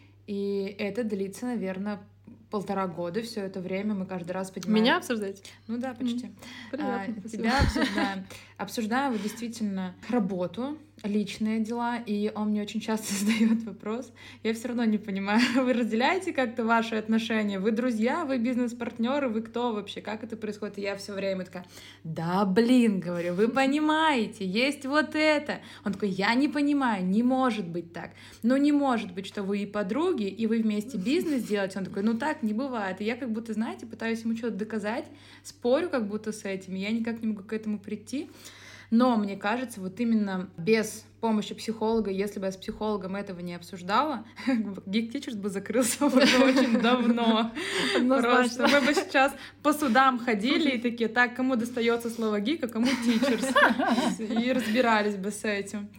И это длится, наверное, 1,5 года. Все это время мы каждый раз поднимаем... Меня обсуждать? Ну да, почти. Приятно, тебя обсуждаем. Обсуждаем вот действительно работу, личные дела, и он мне очень часто задает вопрос. Я все равно не понимаю, вы разделяете как-то ваши отношения? Вы друзья, вы бизнес-партнеры, вы кто вообще? Как это происходит? И я все время такая, да, блин, говорю, вы понимаете, есть вот это. Он такой, я не понимаю, не может быть так. Ну не может быть, что вы и подруги, и вы вместе бизнес делаете. Он такой, ну так не бывает. И я как будто, знаете, пытаюсь ему что-то доказать, спорю как будто с этим, я никак не могу к этому прийти. Но мне кажется, вот именно без помощи психолога, если бы я с психологом этого не обсуждала, Geek Teachers бы закрылся уже очень давно. Просто мы бы сейчас по судам ходили и такие, так, кому достается слово geek, а кому teachers. И разбирались бы с этим.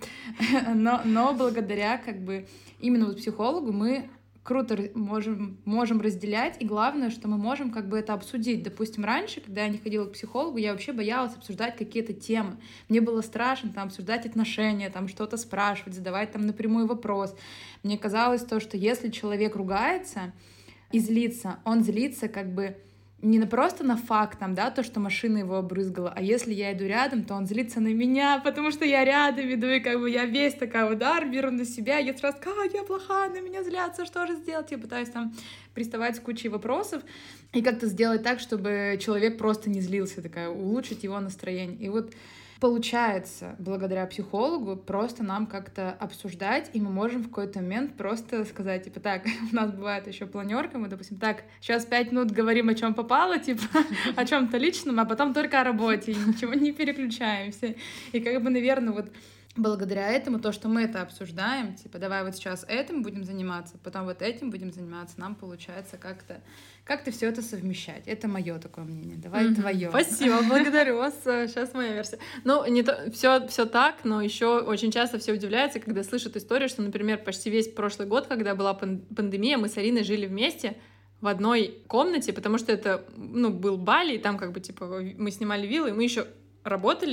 Но благодаря как бы именно вот психологу мы круто можем разделять, и главное, что мы можем как бы это обсудить. Допустим, раньше, когда я не ходила к психологу, я вообще боялась обсуждать какие-то темы. Мне было страшно там обсуждать отношения, там что-то спрашивать, задавать там напрямую вопрос. Мне казалось то, что если человек ругается и злится, он злится как бы не просто на факт, там, да, то, что машина его обрызгала, а если я иду рядом, то он злится на меня, потому что я рядом иду, и как бы я весь такая удар беру на себя, я сразу, я плохая, на меня злятся, что же сделать? Я пытаюсь там приставать с кучей вопросов и как-то сделать так, чтобы человек просто не злился, такая, улучшить его настроение. И вот получается, благодаря психологу, просто нам как-то обсуждать, и мы можем в какой-то момент просто сказать, типа, так, у нас бывает еще планерка, мы, допустим, так, сейчас 5 минут говорим, о чем попало, типа, о чем-то личном, а потом только о работе, и ничего не переключаемся. И как бы, наверное, вот благодаря этому, то, что мы это обсуждаем, типа, давай вот сейчас этим будем заниматься, потом вот этим будем заниматься, нам получается как-то все это совмещать. Это мое такое мнение. Давай твое. Спасибо, благодарю вас. Сейчас моя версия. Ну, не то, все так, но еще очень часто все удивляются, когда слышат историю, что, например, почти весь прошлый год, когда была пандемия, мы с Ариной жили вместе в одной комнате, потому что это, был Бали, и там как бы, типа, мы снимали виллы, и мы еще работали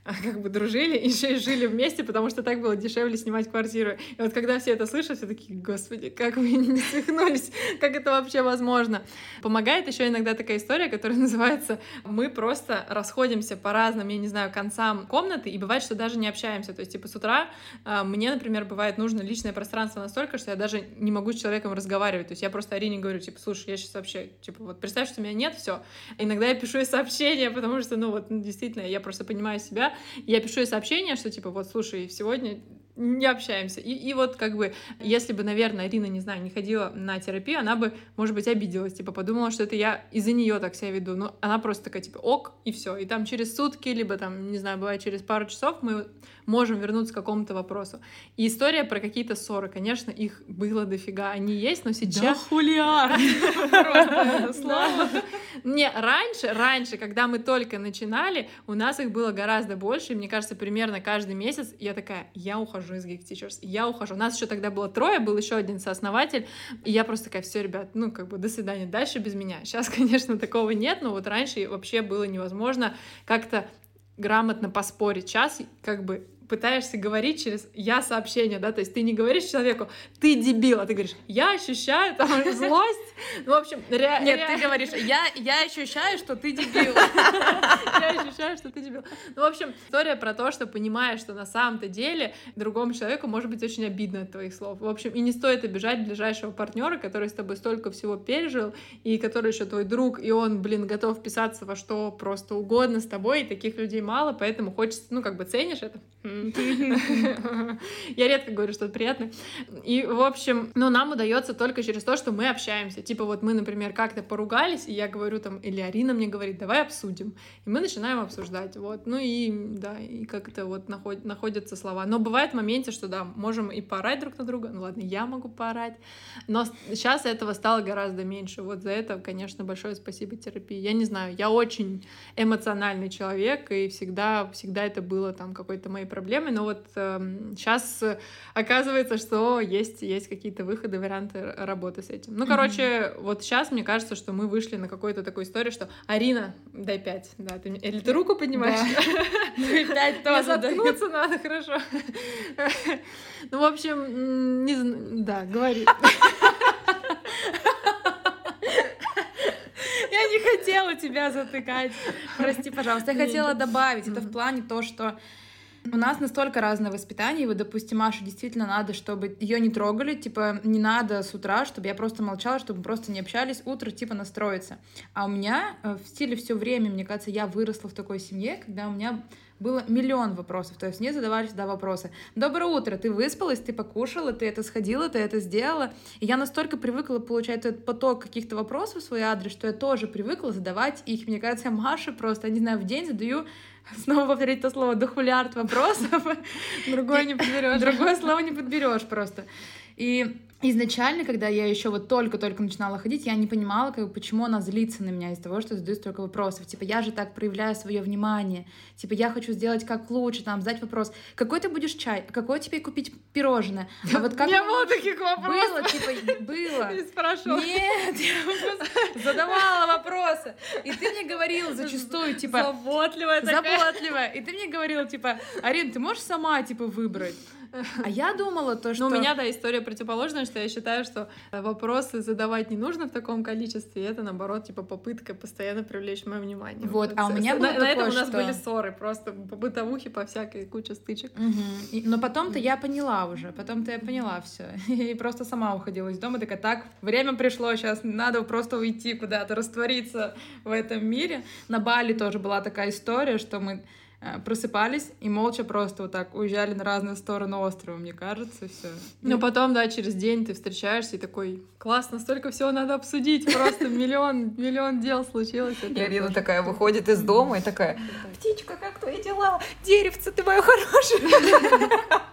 как бы дружили, еще и жили вместе, потому что так было дешевле снимать квартиру. И вот когда все это слышат, все такие: господи, как вы не свихнулись, как это вообще возможно? Помогает еще иногда такая история, которая называется: мы просто расходимся по разным, я не знаю, концам комнаты, и бывает, что даже не общаемся. То есть, типа, с утра мне, например, бывает нужно личное пространство настолько, что я даже не могу с человеком разговаривать. То есть я просто Арине говорю, типа: слушай, я сейчас вообще, типа, вот представь, что меня нет, все. Иногда я пишу и сообщения, потому что, действительно, я просто понимаю себя. Я пишу ей сообщение, что типа: вот, слушай, сегодня не общаемся. И вот как бы, если бы, наверное, Ирина, не знаю, не ходила на терапию, она бы, может быть, обиделась, типа подумала, что это я из-за нее так себя веду. Но она просто такая, типа: ок, и все. И там через сутки, либо там, не знаю, бывает через пару часов мы можем вернуться к какому-то вопросу. И история про какие-то ссоры, конечно, их было дофига. Они есть, но сейчас... Да хулиар! Просто слово. Не, раньше, когда мы только начинали, у нас их было гораздо больше, и мне кажется, примерно каждый месяц я такая: я ухожу из Geek Teachers, я ухожу. У нас еще тогда было 3, был еще один сооснователь, и я просто такая: все, ребят, до свидания, дальше без меня. Сейчас, конечно, такого нет, но вот раньше вообще было невозможно как-то грамотно поспорить. Сейчас как бы пытаешься говорить через «я» сообщение, да, то есть ты не говоришь человеку: ты дебил, а ты говоришь: я ощущаю там злость. В общем, нет, ты говоришь: я ощущаю, что ты дебил. Я ощущаю, что ты дебил. В общем, история про то, что понимаешь, что на самом-то деле другому человеку может быть очень обидно от твоих слов. В общем, и не стоит обижать ближайшего партнера, который с тобой столько всего пережил, и который еще твой друг, и он, готов вписаться во что просто угодно с тобой, и таких людей мало, поэтому хочется, ценишь это. Я редко говорю что-то приятное. И, в общем, нам удается только через то, что мы общаемся. Типа вот мы, например, как-то поругались, и я говорю там, или Арина мне говорит: давай обсудим. И мы начинаем обсуждать. Вот. И как-то вот находятся слова. Но бывает в моменте, что да, можем и поорать друг на друга. Ладно, я могу поорать. Но сейчас этого стало гораздо меньше. Вот за это, конечно, большое спасибо терапии. Я не знаю, я очень эмоциональный человек, и всегда это было там какой-то моей проблемой. Но вот сейчас оказывается, что есть какие-то выходы, варианты работы с этим. Короче, вот сейчас мне кажется, что мы вышли на какую-то такую историю, что: Арина, дай 5. Да, или ты руку поднимаешь? Да. 5 тоже. Заткнуться надо, хорошо. В общем, не знаю. Да, говори. Я не хотела тебя затыкать. Прости, пожалуйста. Я хотела добавить. Это в плане то, что у нас настолько разное воспитание, и вот, допустим, Маше действительно надо, чтобы ее не трогали, типа, не надо с утра, чтобы я просто молчала, чтобы мы просто не общались, утро, типа, настроиться. А у меня в стиле все время, мне кажется, я выросла в такой семье, когда у меня было миллион вопросов, то есть мне задавали всегда вопросы: доброе утро, ты выспалась, ты покушала, ты это сходила, ты это сделала. И я настолько привыкла получать этот поток каких-то вопросов в свой адрес, что я тоже привыкла задавать их. Мне кажется, я Маше просто, не знаю, в день задаю, снова повторить то слово, дохулиард вопросов. Другое не подберешь. Другое слово не подберешь просто. И изначально, когда я еще вот только-только начинала ходить, я не понимала, почему она злится на меня из-за того, что задаю столько вопросов. Типа, я же так проявляю свое внимание. Типа, я хочу сделать как лучше, там, задать вопрос: какой ты будешь чай? Какой тебе купить пирожное? А вот как... Не было таких вопросов. Было. Ты спрашивала. Нет, я задавала вопросы. И ты мне говорила зачастую, типа... Заботливая. И ты мне говорила, типа: Арин, ты можешь сама, типа, выбрать? А я думала то, что... Ну, у меня, да, история противоположная, что я считаю, что вопросы задавать не нужно в таком количестве, и это, наоборот, типа попытка постоянно привлечь мое внимание. Вот, а у меня было на этом такое, у нас что... были ссоры, просто по бытовухе, по всякой, куча стычек. Но потом-то я поняла уже, потом-то я поняла все и просто сама уходила из дома, такая: так, время пришло, сейчас надо просто уйти куда-то, раствориться в этом мире. На Бали тоже была такая история, что мы просыпались и молча просто вот так уезжали на разные стороны острова, мне кажется, все. Но потом, да, через день ты встречаешься и такой: классно, столько всего надо обсудить, просто миллион дел случилось. И Арина такая выходит из дома и такая: птичка, как твои дела? Деревце ты мое хорошее.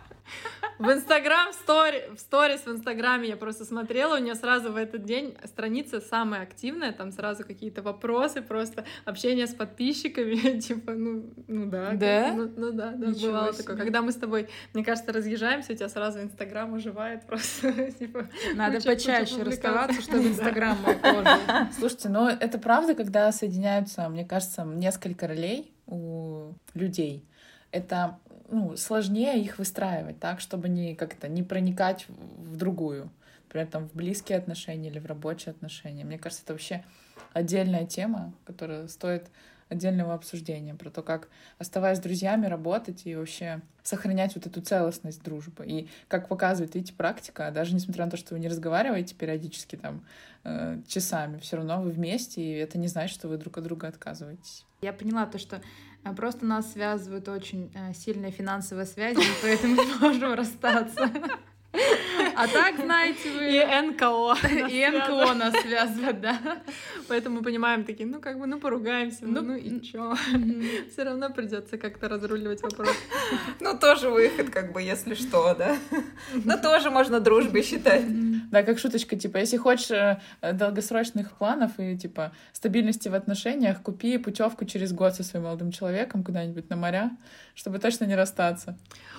В Инстаграм, в сторис в Инстаграме я просто смотрела, у нее сразу в этот день страница самая активная, там сразу какие-то вопросы, просто общение с подписчиками, типа, да. Да? Да, бывало такое. Когда мы с тобой, мне кажется, разъезжаемся, у тебя сразу Инстаграм оживает просто, типа... Надо почаще расставаться, чтобы Инстаграм ожил. Слушайте, это правда, когда соединяются, мне кажется, несколько ролей у людей. это сложнее их выстраивать так, чтобы не проникать в другую. Например, там в близкие отношения или в рабочие отношения. Мне кажется, это вообще отдельная тема, которая стоит отдельного обсуждения, про то, как, оставаясь с друзьями, работать и вообще сохранять вот эту целостность дружбы. И как показывает, видите, практика, даже несмотря на то, что вы не разговариваете периодически там часами, все равно вы вместе, и это не значит, что вы друг от друга отказываетесь. Я поняла то, что просто нас связывают очень сильные финансовые связи, поэтому мы не можем расстаться. А так, знаете, вы... И НКО. И НКО нас связывает, да. Поэтому мы понимаем такие, поругаемся, и чё? Все равно придется как-то разруливать вопрос. Тоже выход, если что, да. Но тоже можно дружбой считать. Да, как шуточка, если хочешь долгосрочных планов и, стабильности в отношениях, купи путевку через год со своим молодым человеком куда-нибудь на моря, чтобы точно не расстаться.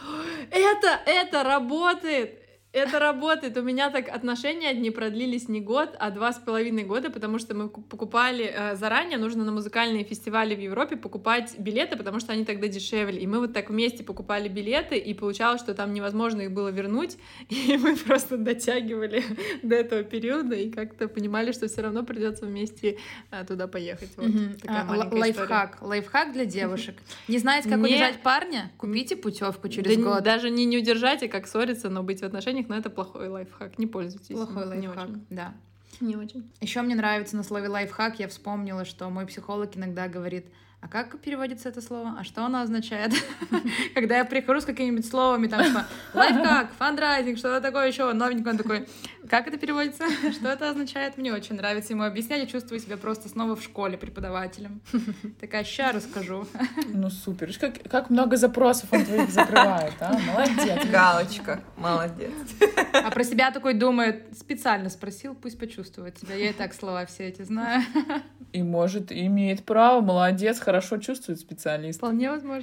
Это работает! Это работает. У меня так отношения одни продлились не год, а 2,5 года, потому что мы покупали заранее, нужно на музыкальные фестивали в Европе покупать билеты, потому что они тогда дешевле. И мы вот так вместе покупали билеты, и получалось, что там невозможно их было вернуть, и мы просто дотягивали до этого периода и как-то понимали, что все равно придется вместе туда поехать. Вот такая маленькая история. Лайфхак для девушек. Не знаете, как удержать парня? Купите путевку через год. Даже не удержать, а как ссориться, но быть в отношениях, но это плохой лайфхак, не пользуйтесь. Плохой лайфхак, да. Не очень. Еще мне нравится на слове лайфхак, я вспомнила, что мой психолог иногда говорит: а как переводится это слово? А что оно означает? Когда я прихожу с какими-нибудь словами, там, лайфхак, фандрайзинг, что-то такое еще новенькое, он такой: как это переводится? Что это означает? Мне очень нравится ему объяснять, я чувствую себя просто снова в школе преподавателем. Такая, ща расскажу. Супер. Как много запросов он твоих закрывает, а? Молодец. Галочка, молодец. А про себя такой думает: специально спросил, пусть почувствует себя. Я и так слова все эти знаю. И может, имеет право, молодец, хорошо чувствует специалист. Вполне возможно.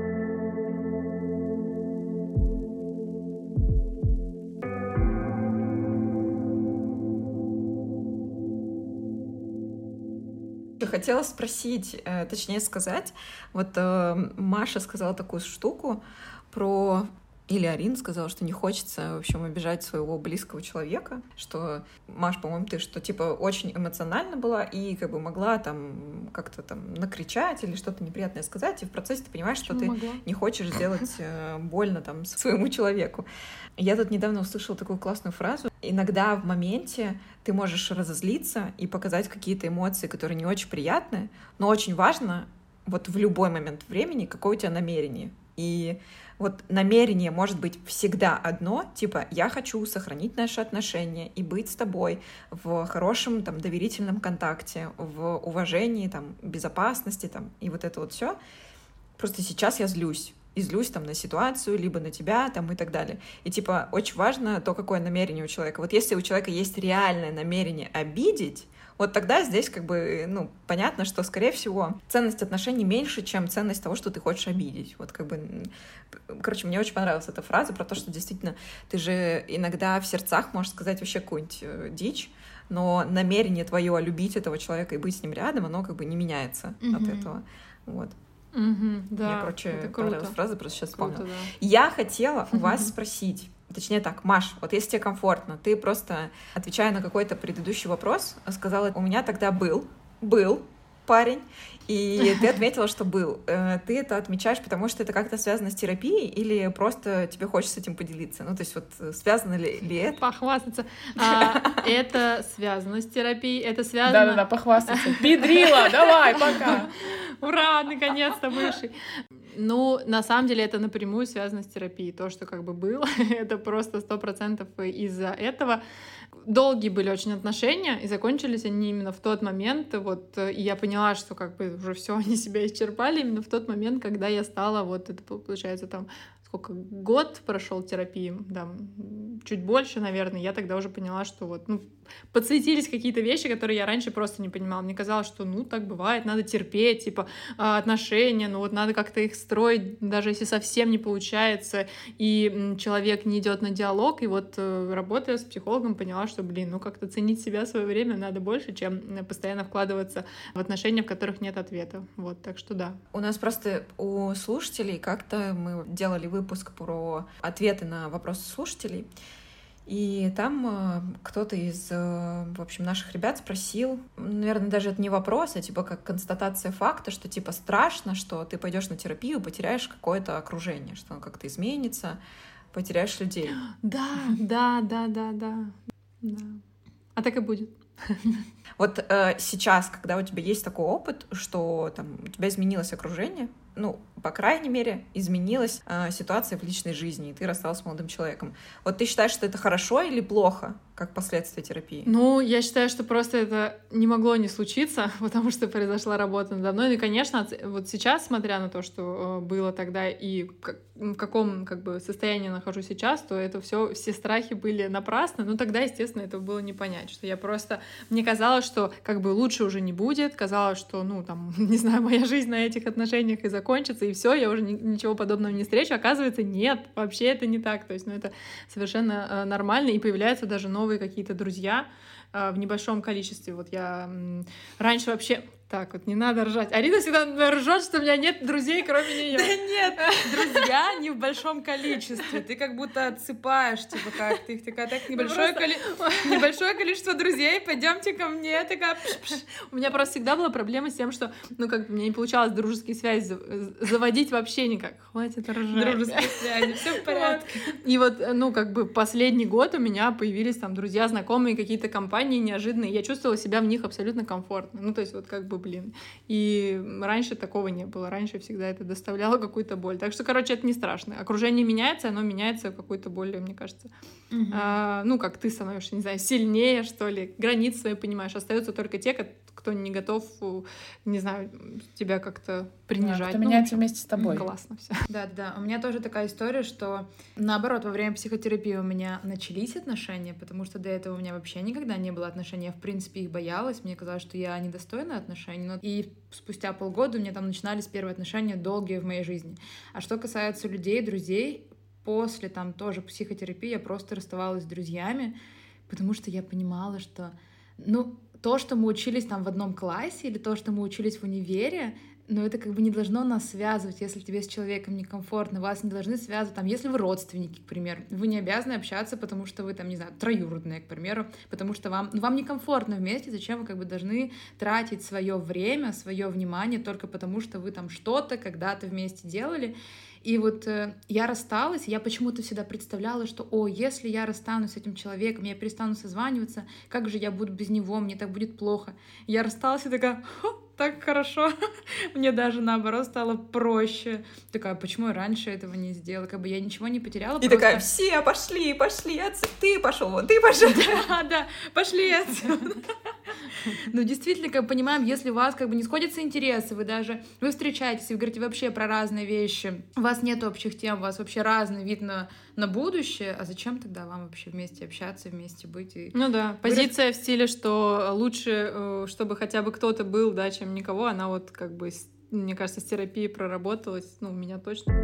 Хотела спросить, точнее сказать, Маша сказала такую штуку про... Или Арина сказала, что не хочется, в общем, обижать своего близкого человека, что, Маш, по-моему, ты что, очень эмоциональна была и могла там как-то там накричать или что-то неприятное сказать, и в процессе ты понимаешь, что ты не хочешь сделать больно там своему человеку. Я тут недавно услышала такую классную фразу. Иногда в моменте ты можешь разозлиться и показать какие-то эмоции, которые не очень приятные, но очень важно в любой момент времени, какое у тебя намерение. И намерение может быть всегда одно, я хочу сохранить наши отношения и быть с тобой в хорошем там доверительном контакте, в уважении, там, безопасности, там, и это все. Просто сейчас я злюсь. И злюсь там на ситуацию, либо на тебя, там, и так далее. И очень важно то, какое намерение у человека. Если у человека есть реальное намерение обидеть, тогда здесь понятно, что, скорее всего, ценность отношений меньше, чем ценность того, что ты хочешь обидеть. Короче, мне очень понравилась эта фраза про то, что действительно ты же иногда в сердцах можешь сказать вообще какую-нибудь дичь, но намерение твое любить этого человека и быть с ним рядом, оно не меняется от этого. Да, мне, короче, понравилась фраза, просто сейчас вспомнила. Да. Я хотела у вас спросить, точнее так, Маш, если тебе комфортно, ты просто, отвечая на какой-то предыдущий вопрос, сказала: у меня тогда был парень, и ты отметила, что был. Ты это отмечаешь, потому что это как-то связано с терапией или просто тебе хочется этим поделиться? Связано ли это? Похвастаться. Это связано с терапией, это связано... Да-да-да, похвастаться. Педрила, давай, пока. Ура, наконец-то бывший. На самом деле это напрямую связано с терапией. То, что было, это просто 100% из-за этого. Долгие были очень отношения, и закончились они именно в тот момент. И я поняла, что уже все, они себя исчерпали именно в тот момент, когда я стала, это получается там, сколько, год прошел терапии, да, чуть больше, наверное, я тогда уже поняла, что вот, ну, подсветились какие-то вещи, которые я раньше просто не понимала. Мне казалось, что, ну, так бывает, надо терпеть, типа, отношения, ну, вот надо как-то их строить, даже если совсем не получается, и человек не идет на диалог, и вот, работая с психологом, поняла, что, блин, ну, как-то ценить себя, свое время надо больше, чем постоянно вкладываться в отношения, в которых нет ответа. Вот, так что да. У нас просто у слушателей как-то мы делали выпуск про ответы на вопросы слушателей, и там кто-то из, в общем, наших ребят спросил, наверное, даже это не вопрос, а типа как констатация факта, что типа страшно, что ты пойдешь на терапию, потеряешь какое-то окружение, что оно как-то изменится, потеряешь людей. Да. А так и будет. Вот сейчас, когда у тебя есть такой опыт, что там у тебя изменилось окружение, ну, по крайней мере, изменилась ситуация в личной жизни, и ты рассталась с молодым человеком. Вот ты считаешь, что это хорошо или плохо, как последствие терапии? Ну, я считаю, что просто это не могло не случиться, потому что произошла работа надо мной. Ну и, конечно, вот сейчас, смотря на то, что было тогда и в каком как бы состоянии нахожусь сейчас, то это все страхи были напрасны. Ну, тогда, естественно, этого было не понять, что я просто... Мне казалось, что как бы лучше уже не будет, казалось, что, ну, там, не знаю, моя жизнь на этих отношениях и закончится, и все, я уже ничего подобного не встречу. Оказывается, нет, вообще это не так. То есть, ну, это совершенно нормально, и появляются даже новые какие-то друзья в небольшом количестве. Вот я раньше вообще... Так, вот не надо ржать. Арина всегда ржет, что у меня нет друзей, кроме нее. Да нет, друзья не в большом количестве. Ты как будто отсыпаешь, типа как ты их такая, так, небольшое количество друзей, пойдемте ко мне, такая. У меня просто всегда была проблема с тем, что, ну, как бы мне не получалось дружеские связи заводить вообще никак. Хватит ржать. Дружеские связи, все в порядке. И вот, ну, как бы последний год у меня появились там друзья, знакомые, какие-то компании неожиданные. Я чувствовала себя в них абсолютно комфортно. Ну, то есть вот как бы блин. И раньше такого не было. Раньше всегда это доставляло какую-то боль. Так что, короче, это не страшно. Окружение меняется, оно меняется в какую-то более, мне кажется. Ну, как ты становишься, не знаю, сильнее, что ли. Границы свои понимаешь. Остаются только те, кто не готов, не знаю, тебя как-то принижать. Кто меняется вместе с тобой. Классно все. Да. У меня тоже такая история, что наоборот, во время психотерапии у меня начались отношения, потому что до этого у меня вообще никогда не было отношений. Я, в принципе, их боялась. Мне казалось, что я недостойна отношений. И спустя полгода у меня там начинались первые отношения долгие в моей жизни. А что касается людей, друзей, после там тоже психотерапии я просто расставалась с друзьями, потому что я понимала, что, ну, то, что мы учились там в одном классе или то, что мы учились в универе, но это как бы не должно нас связывать, если тебе с человеком некомфортно, вас не должны связывать, там, если вы родственники, к примеру, вы не обязаны общаться, потому что вы там, не знаю, троюродные, к примеру, потому что вам некомфортно вместе, зачем вы как бы должны тратить свое время, свое внимание только потому, что вы там что-то когда-то вместе делали. И вот я рассталась, я почему-то всегда представляла, что, если я расстанусь с этим человеком, я перестану созваниваться, как же я буду без него, мне так будет плохо. Я рассталась и такая, так хорошо, мне даже наоборот стало проще. Такая, почему я раньше этого не сделала, как бы я ничего не потеряла. И просто... такая, все пошли, ты пошел, ты пошел. Да, пошли отсюда. Ну, действительно, как понимаем, если у вас как бы не сходятся интересы, вы встречаетесь, и вы говорите вообще про разные вещи, у вас нет общих тем, у вас вообще разный вид на будущее, а зачем тогда вам вообще вместе общаться, вместе быть? Ну да, позиция в стиле, что лучше, чтобы хотя бы кто-то был, да, чем никого, она вот как бы, мне кажется, с терапией проработалась, ну, у меня точно.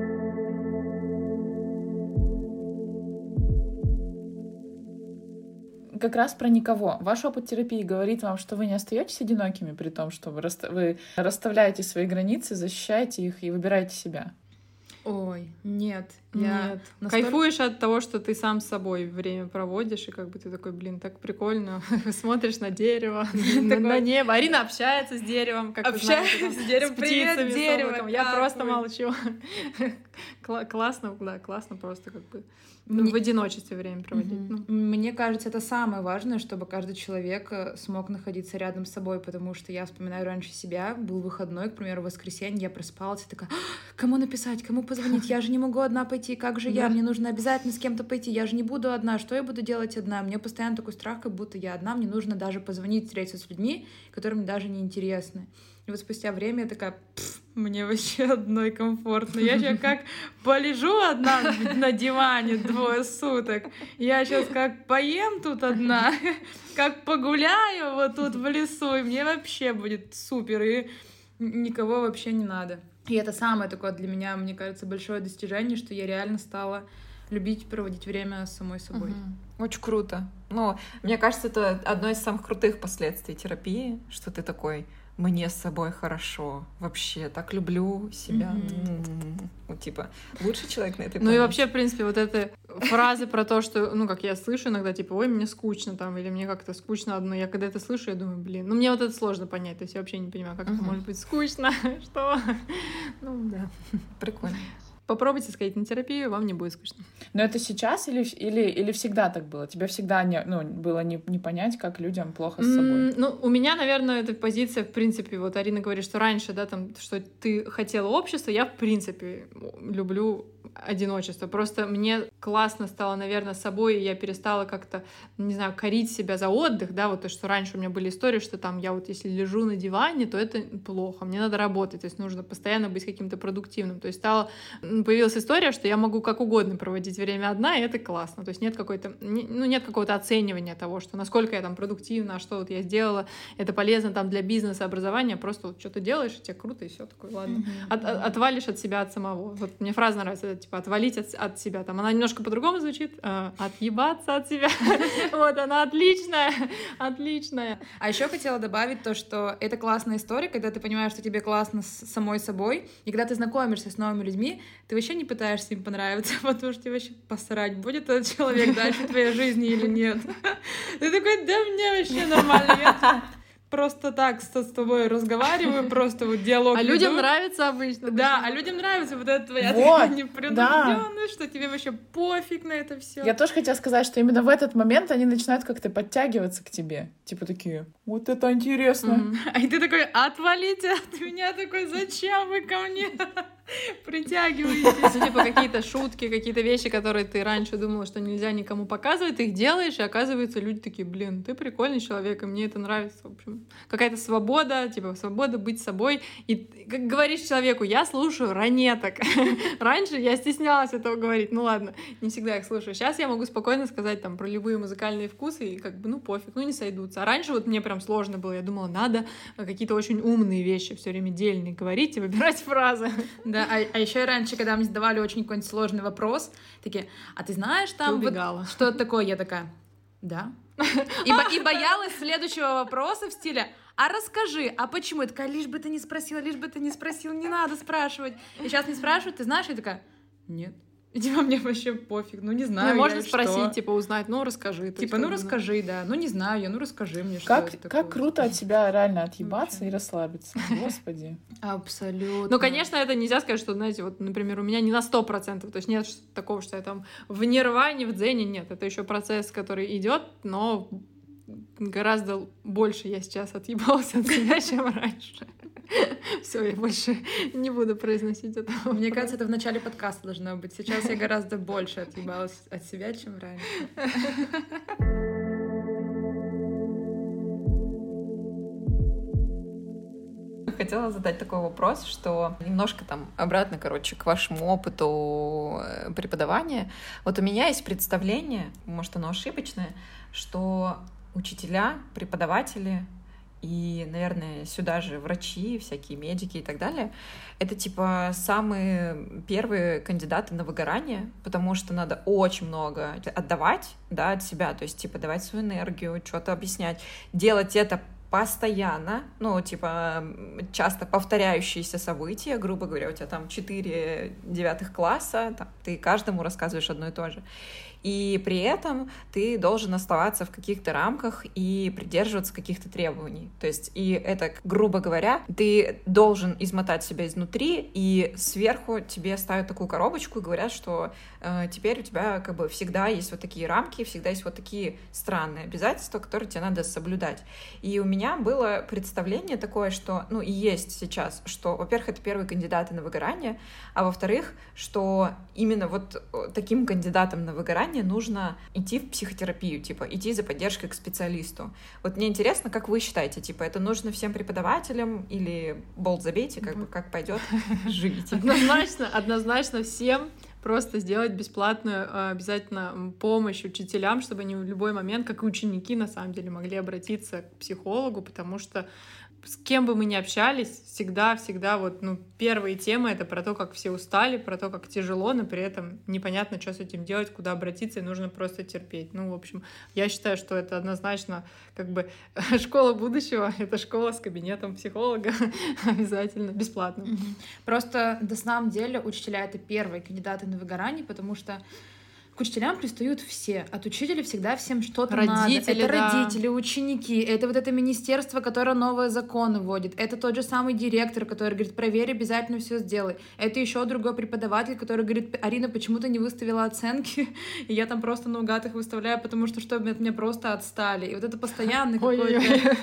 Как раз про никого. Ваш опыт терапии говорит вам, что вы не остаетесь одинокими, при том, что вы расставляете свои границы, защищаете их и выбираете себя. Ой, нет. Кайфуешь от того, что ты сам с собой время проводишь, и как бы ты такой, блин, так прикольно. Смотришь на дерево, на небо. Арина общается с деревом, как вы знаете, с деревом. с птицами, Привет, с облаком. Я просто молчу. Классно, да, классно просто как бы в одиночестве время проводить. Мне кажется, это самое важное, чтобы каждый человек смог находиться рядом с собой, потому что я вспоминаю раньше себя, был выходной, к примеру, воскресенье, я просыпалась и такая, кому написать, кому позвонить, я же не могу одна пойти, как же я, мне нужно обязательно с кем-то пойти, я же не буду одна, что я буду делать одна, мне постоянно такой страх, как будто я одна, мне нужно даже позвонить, встретиться с людьми, которые мне даже не интересны. И вот спустя время я такая, Мне вообще одной комфортно. Я сейчас как полежу одна на диване 2 суток. Я сейчас как поем тут одна, как погуляю вот тут в лесу, и мне вообще будет супер, и никого вообще не надо. И это самое такое для меня, мне кажется, большое достижение, что я реально стала любить проводить время с самой собой. Очень круто. Ну, мне кажется, это одно из самых крутых последствий терапии, что ты такой: мне с собой хорошо, вообще так люблю себя. Вот типа лучший человек на этой планете. Ну и вообще, в принципе, вот эта фраза про то, что, ну, как я слышу иногда, типа, ой, мне скучно там, или мне как-то скучно одно. Я когда это слышу, я думаю, блин, ну мне вот это сложно понять, то есть я вообще не понимаю, как это может быть скучно, что? Ну да. Прикольно. Попробуйте сходить на терапию, вам не будет скучно. Но это сейчас или всегда так было? Тебе всегда было не понять, как людям плохо с собой? Ну, у меня, наверное, эта позиция, в принципе, вот Арина говорит, что раньше, да, там, что ты хотела общество, я, в принципе, люблю одиночество. Просто мне классно стало, наверное, с собой, и я перестала как-то, не знаю, корить себя за отдых, да, вот то, что раньше у меня были истории, что там я вот если лежу на диване, то это плохо, мне надо работать, то есть нужно постоянно быть каким-то продуктивным. То есть появилась история, что я могу как угодно проводить время одна, и это классно. То есть нет какого-то оценивания того, что насколько я там продуктивна, что вот я сделала, это полезно там для бизнеса, образования, просто вот что-то делаешь, и тебе круто, и все такое, ладно. Отвалишь от себя от самого. Вот мне фраза нравится, типа отвалить от себя. Там она немножко по-другому звучит. Отъебаться от себя. Вот, она отличная. А еще хотела добавить то, что это классная история, когда ты понимаешь, что тебе классно с самой собой, и когда ты знакомишься с новыми людьми, ты вообще не пытаешься им понравиться, потому что тебе вообще посрать, будет этот человек дальше в твоей жизни или нет. Ты такой: да мне вообще нормально, я просто так с тобой разговариваю, просто вот диалог. А людям нравится обычно. Да, а людям нравится вот эта твоя непредубежденность, что тебе вообще пофиг на это все. Я тоже хотела сказать, что именно в этот момент они начинают как-то подтягиваться к тебе. Типа такие: вот это интересно. А ты такой: отвалите от меня, такой: зачем вы ко мне притягиваетесь? Типа какие-то шутки, какие-то вещи, которые ты раньше думала, что нельзя никому показывать, ты их делаешь, и оказывается, люди такие: блин, ты прикольный человек, и мне это нравится. В общем, какая-то свобода, типа свобода быть собой. И как говоришь человеку: я слушаю ранеток. Раньше я стеснялась этого говорить. Ну ладно, не всегда их слушаю. Сейчас я могу спокойно сказать там про любые музыкальные вкусы, и как бы, ну пофиг, ну не сойдутся. А раньше вот мне прям сложно было. Я думала, надо какие-то очень умные вещи все время дельные говорить и выбирать фразы. Да, а еще раньше, когда мне задавали очень какой-нибудь сложный вопрос, такие: а ты знаешь там вот, что это такое? Я такая: да. И боялась следующего вопроса в стиле: а расскажи, а почему? Я такая: лишь бы ты не спросила, не надо спрашивать. И сейчас не спрашивают, ты знаешь? Я такая: нет. И типа мне вообще пофиг, ну не знаю. Ну, можно спросить, типа узнать, ну расскажи. Типа, ну расскажи, да. Ну не знаю я, ну расскажи мне, что это такое. Как круто от себя реально отъебаться и расслабиться. Господи. Абсолютно. Ну, конечно, это нельзя сказать, что, знаете, вот, например, у меня не на 100%, то есть нет такого, что я там в нирване, в дзене, нет. Это еще процесс, который идет, но гораздо больше я сейчас отъебалась от себя, чем раньше. Все, я больше не буду произносить этого. Мне кажется, это в начале подкаста должно быть. Сейчас я гораздо больше отъебалась от себя, чем раньше. Хотела задать такой вопрос, что немножко там обратно, короче, к вашему опыту преподавания. Вот у меня есть представление, может, оно ошибочное, что учителя, преподаватели и, наверное, сюда же врачи, всякие медики и так далее, это, типа, самые первые кандидаты на выгорание, потому что надо очень много отдавать, да, от себя, то есть, типа, давать свою энергию, что-то объяснять, делать это постоянно, ну, типа, часто повторяющиеся события, грубо говоря, у тебя там 4 9 класса, там, ты каждому рассказываешь одно и то же. И при этом ты должен оставаться в каких-то рамках и придерживаться каких-то требований. То есть, и это, грубо говоря, ты должен измотать себя изнутри, и сверху тебе ставят такую коробочку и говорят, что теперь у тебя как бы всегда есть вот такие рамки, всегда есть вот такие странные обязательства, которые тебе надо соблюдать. И у меня было представление такое, что, ну и есть сейчас, что, во-первых, это первые кандидаты на выгорание, а во-вторых, что именно вот таким кандидатом на выгорание выгорания нужно идти в психотерапию, типа идти за поддержкой к специалисту. Вот мне интересно, как вы считаете, типа это нужно всем преподавателям или болт забейте, как пойдет, живите? Однозначно всем. Просто сделать бесплатную обязательно помощь учителям, чтобы они в любой момент, как и ученики, на самом деле, могли обратиться к психологу, потому что с кем бы мы ни общались, всегда вот, первые темы — это про то, как все устали, про то, как тяжело, но при этом непонятно, что с этим делать, куда обратиться, и нужно просто терпеть. В общем, я считаю, что это однозначно как бы школа будущего, это школа с кабинетом психолога обязательно, бесплатно. Просто на самом деле учителя — это первые кандидаты на выгорание, потому что к учителям пристают все. От учителя всегда всем что-то надо. Это родители, ученики, это вот это министерство, которое новые законы вводит. Это тот же самый директор, который говорит: проверь, обязательно все сделай. Это еще другой преподаватель, который говорит: Арина, почему ты не выставила оценки? И я там просто наугад их выставляю, потому что чтобы от меня просто отстали. И вот это постоянно какое-то...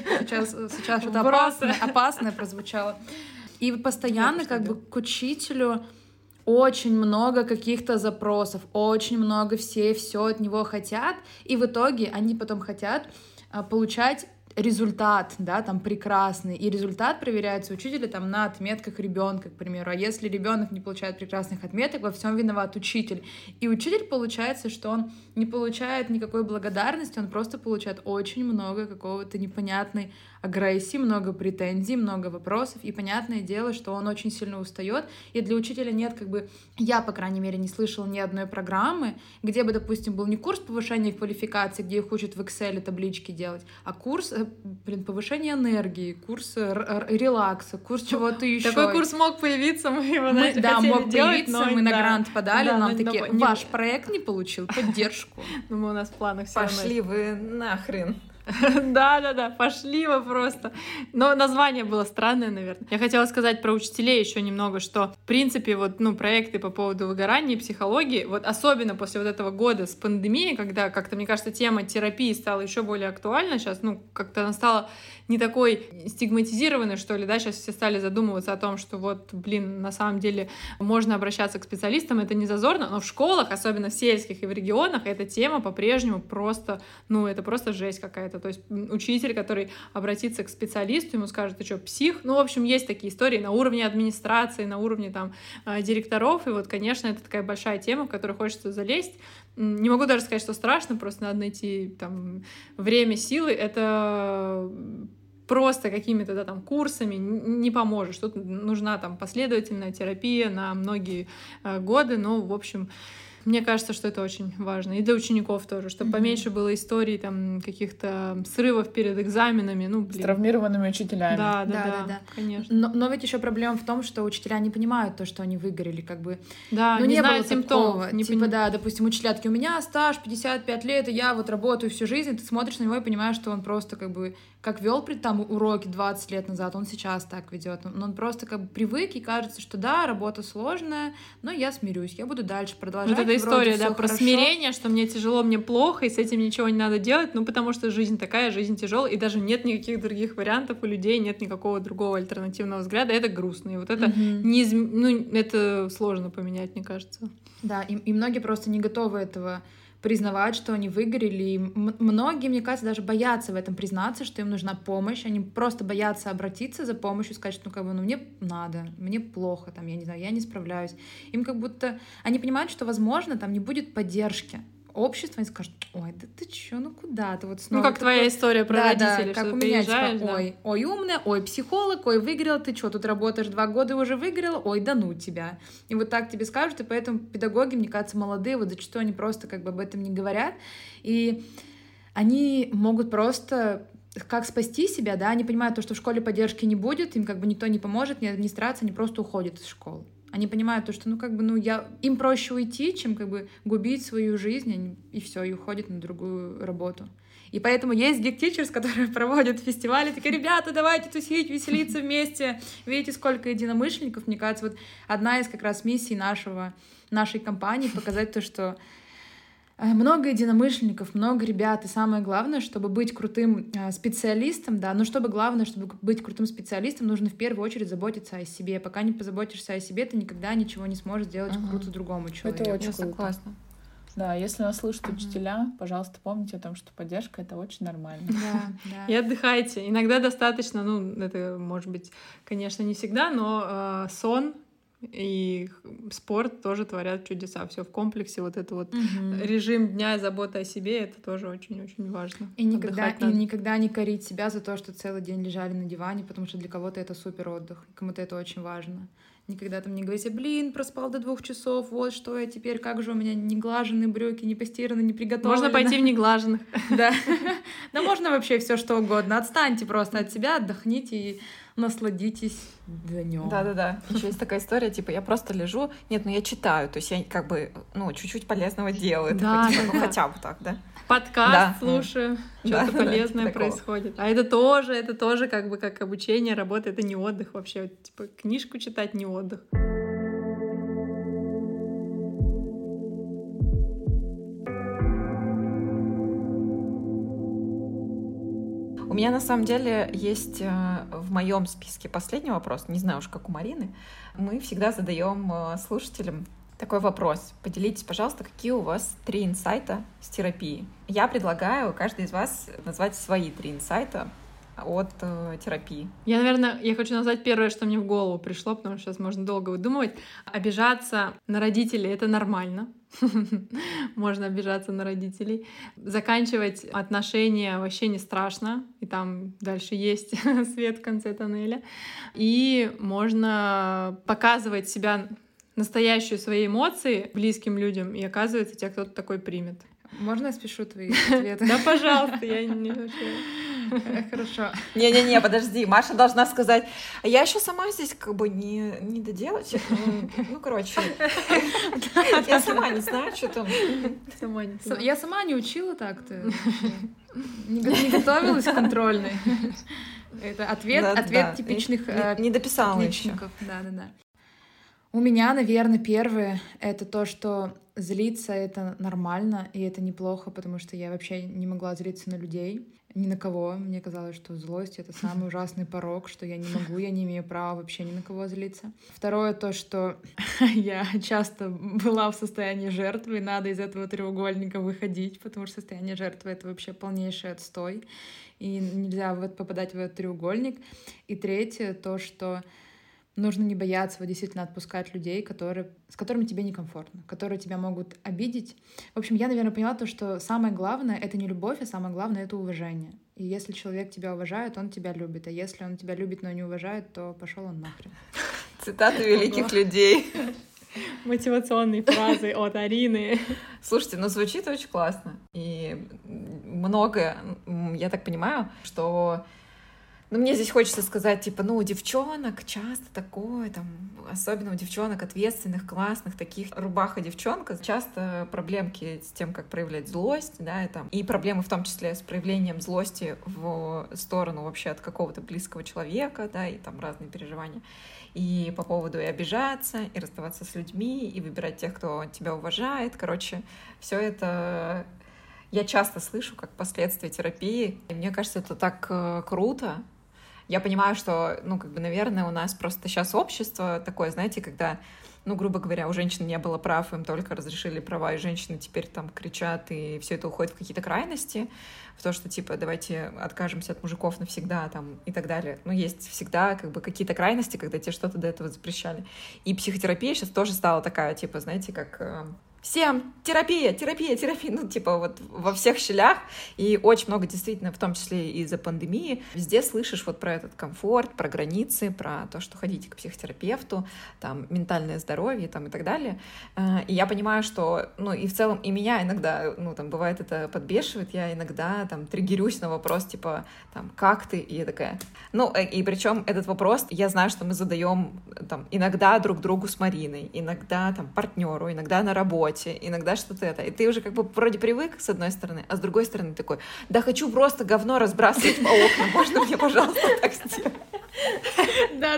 Сейчас что-то опасное прозвучало. И постоянно как бы к учителю... Очень много каких-то запросов, очень много все от него хотят, и в итоге они потом хотят получать результат, да, там прекрасный, и результат проверяется учителя там на отметках ребенка, к примеру. А если ребенок не получает прекрасных отметок, во всем виноват учитель. И учитель, получается, что он не получает никакой благодарности, он просто получает очень много какого-то непонятной агрессии, много претензий, много вопросов, и понятное дело, что он очень сильно устает, и для учителя нет я, по крайней мере, не слышала ни одной программы, где бы, допустим, был не курс повышения квалификации, где их учат в Excel таблички делать, а курс, повышения энергии, курс релакса, курс чего-то еще. Такой курс мог появиться, мы его хотели мог делать, появиться, мы на грант подали, нам такие: ваш проект не получил поддержку. Мы у нас в планах все. Пошли вы нахрен. Да, пошли вы просто. Но название было странное, наверное. Я хотела сказать про учителей еще немного, что, в принципе, проекты по поводу выгорания и психологии, особенно после этого года с пандемией, когда как-то, мне кажется, тема терапии стала еще более актуальна сейчас, как-то она стала не такой стигматизированной, что ли, да, сейчас все стали задумываться о том, что на самом деле можно обращаться к специалистам, это не зазорно, но в школах, особенно в сельских и в регионах, эта тема по-прежнему просто, это просто жесть какая-то. То есть учитель, который обратится к специалисту, ему скажет: ты что, псих? В общем, есть такие истории на уровне администрации, на уровне директоров, и конечно, это такая большая тема, в которую хочется залезть. Не могу даже сказать, что страшно, просто надо найти время, силы. Это просто какими-то курсами не поможешь. Тут нужна последовательная терапия на многие годы, но, в общем, мне кажется, что это очень важно. И для учеников тоже, чтобы поменьше было историй каких-то срывов перед экзаменами. С травмированными учителями. Да, конечно. Но ведь еще проблема в том, что учителя не понимают то, что они выгорели, Да, не знают симптомов. Допустим, учителя такие: у меня стаж 55 лет, и я работаю всю жизнь, и ты смотришь на него и понимаешь, что он просто как вел уроки 20 лет назад, он сейчас так ведет. Он просто привык, и кажется, что да, работа сложная, но я смирюсь, я буду дальше продолжать. Это история, про смирение, что мне тяжело, мне плохо, и с этим ничего не надо делать, потому что жизнь такая, жизнь тяжелая, и даже нет никаких других вариантов у людей, нет никакого другого альтернативного взгляда, это грустно, и это это сложно поменять, мне кажется. Да, и многие просто не готовы этого признавать, что они выгорели. И многие, мне кажется, даже боятся в этом признаться, что им нужна помощь. Они просто боятся обратиться за помощью, сказать, что мне надо, мне плохо, я не знаю, я не справляюсь. Им как будто... Они понимают, что, возможно, там не будет поддержки общества, они скажут: ой, да ты чё, куда ты снова... как твоя история про родителей, как что у меня, приезжаешь, ой, умная, ой, психолог, ой, выгорела, ты чё, тут работаешь 2 года и уже выгорела, ой, да ну тебя. И так тебе скажут, и поэтому педагоги, мне кажется, молодые, зачастую они просто об этом не говорят, и они могут просто... Как спасти себя, да, они понимают то, что в школе поддержки не будет, им никто не поможет, ни администрация, они просто уходят из школы. Они понимают то, что, им проще уйти, чем губить свою жизнь, и все, и уходят на другую работу. И поэтому есть Geek Teachers, которые проводят фестивали, такие: ребята, давайте тусить, веселиться вместе. Видите, сколько единомышленников. Мне кажется, одна из как раз миссий нашей компании — показать то, что много единомышленников, много ребят, и самое главное, чтобы быть крутым специалистом, чтобы быть крутым специалистом, нужно в первую очередь заботиться о себе. Пока не позаботишься о себе, ты никогда ничего не сможешь сделать круто другому человеку. Это очень согласна. Да, если нас слышат учителя, пожалуйста, помните о том, что поддержка — это очень нормально. Да. И отдыхайте. Иногда достаточно, ну, это может быть, конечно, не всегда, но сон и спорт тоже творят чудеса. Все в комплексе. Вот это вот режим дня и забота о себе — это тоже очень-очень важно. И никогда не корить себя за то, что целый день лежали на диване, потому что для кого-то это супер отдых, кому-то это очень важно. Никогда там не говорите: блин, проспал до 2 часов, вот что я теперь, как же у меня не глаженные брюки, не постираны, не приготовлены. Можно пойти в неглаженных. Да. Да можно вообще все что угодно. Отстаньте просто от себя, отдохните и насладитесь днем. Да. Еще есть такая история, типа, я просто лежу, нет, ну я читаю, то есть я как бы, ну, чуть-чуть полезного делаю. Да, такой, типа, ну хотя бы так, да. Подкаст слушаю, что-то полезное типа происходит. А это тоже как бы как обучение, работа, это не отдых вообще. Типа книжку читать не отдых. У меня на самом деле есть в моем списке последний вопрос, не знаю уж как у Марины. Мы всегда задаем слушателям такой вопрос. Поделитесь, пожалуйста, какие у вас 3 инсайта с терапии. Я предлагаю каждый из вас назвать свои 3 инсайта от терапии. Я хочу назвать первое, что мне в голову пришло, потому что сейчас можно долго выдумывать. Обижаться на родителей — это нормально. Можно обижаться на родителей. Заканчивать отношения вообще не страшно, и там дальше есть свет в конце тоннеля. И можно показывать себя, настоящую свои эмоции близким людям, и оказывается, тебя кто-то такой примет. Можно я спешу твои ответы? Да, пожалуйста, я не вообще... Хорошо. Не-не-не, подожди, Маша должна сказать, а я еще сама здесь как бы не доделать. Ну, короче, я сама не знаю, что там. Я сама не учила так-то. Не готовилась к контрольной. Это ответ типичных не дописала еще. Да. У меня, наверное, первое — это то, что злиться — это нормально, и это неплохо, потому что я вообще не могла злиться на людей, ни на кого. Мне казалось, что злость — это самый ужасный порок, что я не имею права вообще ни на кого злиться. Второе — то, что я часто была в состоянии жертвы, и надо из этого треугольника выходить, потому что состояние жертвы — это вообще полнейший отстой, и нельзя попадать в этот треугольник. И третье — то, что нужно не бояться действительно отпускать людей, с которыми тебе некомфортно, которые тебя могут обидеть. В общем, я, наверное, поняла то, что самое главное — это не любовь, а самое главное — это уважение. И если человек тебя уважает, он тебя любит. А если он тебя любит, но не уважает, то пошел он нахрен. Цитаты великих людей. Мотивационные фразы от Арины. Слушайте, ну звучит очень классно. И многое, я так понимаю, что... Ну, мне здесь хочется сказать, типа, ну, у девчонок часто такое, там, особенно у девчонок ответственных, классных, таких рубаха-девчонка, часто проблемки с тем, как проявлять злость, да, и проблемы в том числе с проявлением злости в сторону вообще от какого-то близкого человека, да, и там разные переживания. И по поводу и обижаться, и расставаться с людьми, и выбирать тех, кто тебя уважает. Короче, все это я часто слышу как последствия терапии. И мне кажется, это так круто. Я понимаю, что, ну, как бы, наверное, у нас просто сейчас общество такое, знаете, когда, ну, грубо говоря, у женщин не было прав, им только разрешили права, и женщины теперь там кричат, и все это уходит в какие-то крайности, в то, что, типа, давайте откажемся от мужиков навсегда, там, и так далее. Ну, есть всегда, как бы, какие-то крайности, когда тебе что-то до этого запрещали. И психотерапия сейчас тоже стала такая, типа, знаете, как... Всем терапия, ну, типа, вот во всех щелях, и очень много действительно, в том числе из-за пандемии, везде слышишь вот про этот комфорт, про границы, про то, что ходите к психотерапевту, там, ментальное здоровье, там, и так далее. И я понимаю, что, ну, и в целом, и меня иногда, ну, там, бывает это подбешивает, я иногда, там, триггерюсь на вопрос, типа, там, как ты? И я такая... Ну, и причем этот вопрос, я знаю, что мы задаем, там, иногда друг другу с Мариной, иногда, там, партнеру, иногда на работе, иногда что-то это. И ты уже как бы вроде привык, с одной стороны, а с другой стороны такой, да хочу просто говно разбрасывать по окнам, можно мне, пожалуйста, так сделать? Да.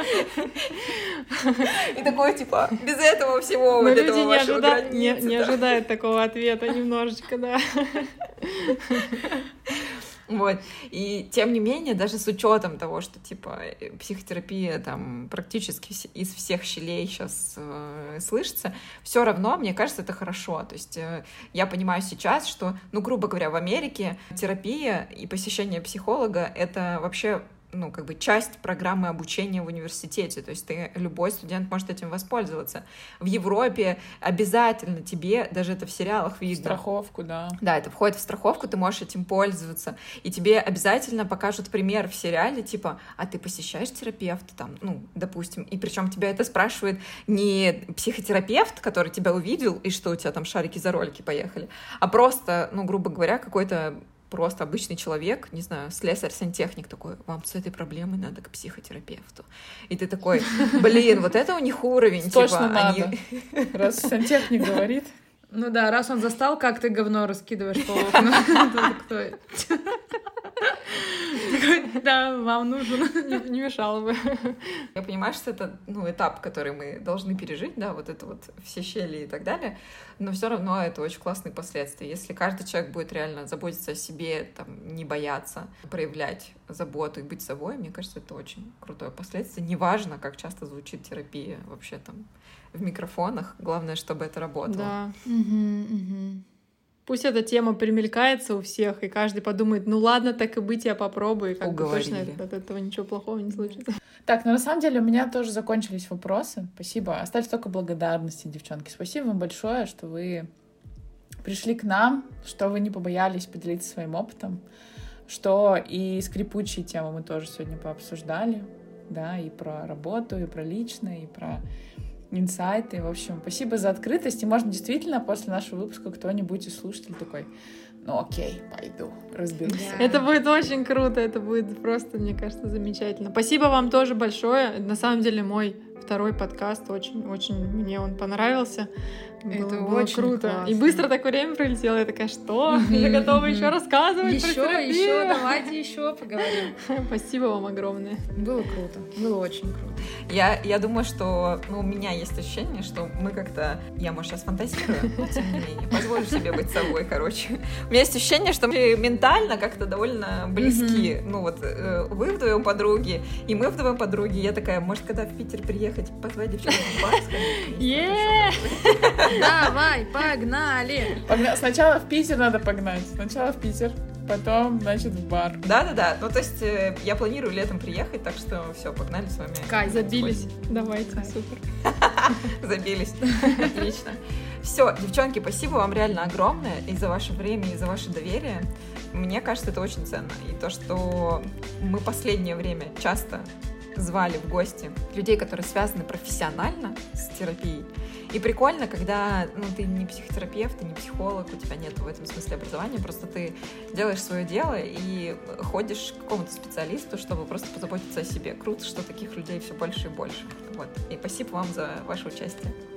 И такой, типа, без этого всего вот этого люди вашего границы. не ожидают такого ответа немножечко, да. Вот. И тем не менее, даже с учетом того, что типа психотерапия там практически из всех щелей сейчас слышится, все равно, мне кажется, это хорошо. То есть я понимаю сейчас, что, ну, грубо говоря, в Америке терапия и посещение психолога — это вообще, ну, как бы часть программы обучения в университете, то есть любой студент может этим воспользоваться. В Европе обязательно тебе, даже это в сериалах видно. Страховку, да. Да, это входит в страховку, ты можешь этим пользоваться, и тебе обязательно покажут пример в сериале, типа, а ты посещаешь терапевта, там, ну, допустим, и причем тебя это спрашивает не психотерапевт, который тебя увидел, и что у тебя там шарики за ролики поехали, а просто, ну, грубо говоря, какой-то просто обычный человек, не знаю, слесарь-сантехник такой, вам с этой проблемой надо к психотерапевту. И ты такой, блин, вот это у них уровень. Точно надо. Раз сантехник говорит. Ну да, раз он застал, как ты говно раскидываешь по окну. Да, вам нужен. Не мешало бы. Я понимаю, что это, ну, этап, который мы должны пережить, да, вот это вот все щели и так далее, но все равно это очень классные последствия. Если каждый человек будет реально заботиться о себе, там, не бояться проявлять заботу и быть собой, мне кажется, это очень крутое последствие. Неважно, как часто звучит терапия вообще там в микрофонах, главное, чтобы это работало. Да. Пусть эта тема примелькается у всех, и каждый подумает, ну ладно, так и быть, я попробую, и как бы точно от этого ничего плохого не случится. Так, ну на самом деле у меня тоже закончились вопросы. Спасибо. Остались только благодарности, девчонки. Спасибо вам большое, что вы пришли к нам, что вы не побоялись поделиться своим опытом, что и скрипучие темы мы тоже сегодня пообсуждали, да, и про работу, и про личное, и про инсайты. В общем, спасибо за открытость. И, может, действительно, после нашего выпуска кто-нибудь из слушателей такой, ну окей, пойду, разберусь. Это будет очень круто, это будет просто, мне кажется, замечательно. Спасибо вам тоже большое. На самом деле, мой второй подкаст очень мне он понравился. Это было очень круто. классно. И быстро так время пролетело. Я такая, что? Я готова еще рассказывать про терапию. Еще, давайте еще поговорим. Спасибо вам огромное. Было круто, было очень круто. Я думаю, что у меня есть ощущение, что мы как-то... Я, может, сейчас фантазирую, но тем не менее, позволю себе быть собой, короче. У меня есть ощущение, что мы ментально как-то довольно близки. Ну вот, вы вдвоем подруги, и мы вдвоем подруги. Я такая, может, когда в Питер приехать, позвать девчонок в бар, Давай, погнали! Сначала в Питер надо погнать. Сначала в Питер, потом, значит, в бар. Да. Ну, то есть я планирую летом приехать, так что все, погнали с вами. Кай, забились. Давайте, супер. Забились. Отлично. Все, девчонки, спасибо вам реально огромное и за ваше время, и за ваше доверие. Мне кажется, это очень ценно. И то, что мы последнее время часто звали в гости людей, которые связаны профессионально с терапией. И прикольно, когда ты не психотерапевт, ты не психолог, у тебя нет в этом смысле образования, просто ты делаешь свое дело и ходишь к какому-то специалисту, чтобы просто позаботиться о себе. Круто, что таких людей все больше и больше. Вот. И спасибо вам за ваше участие.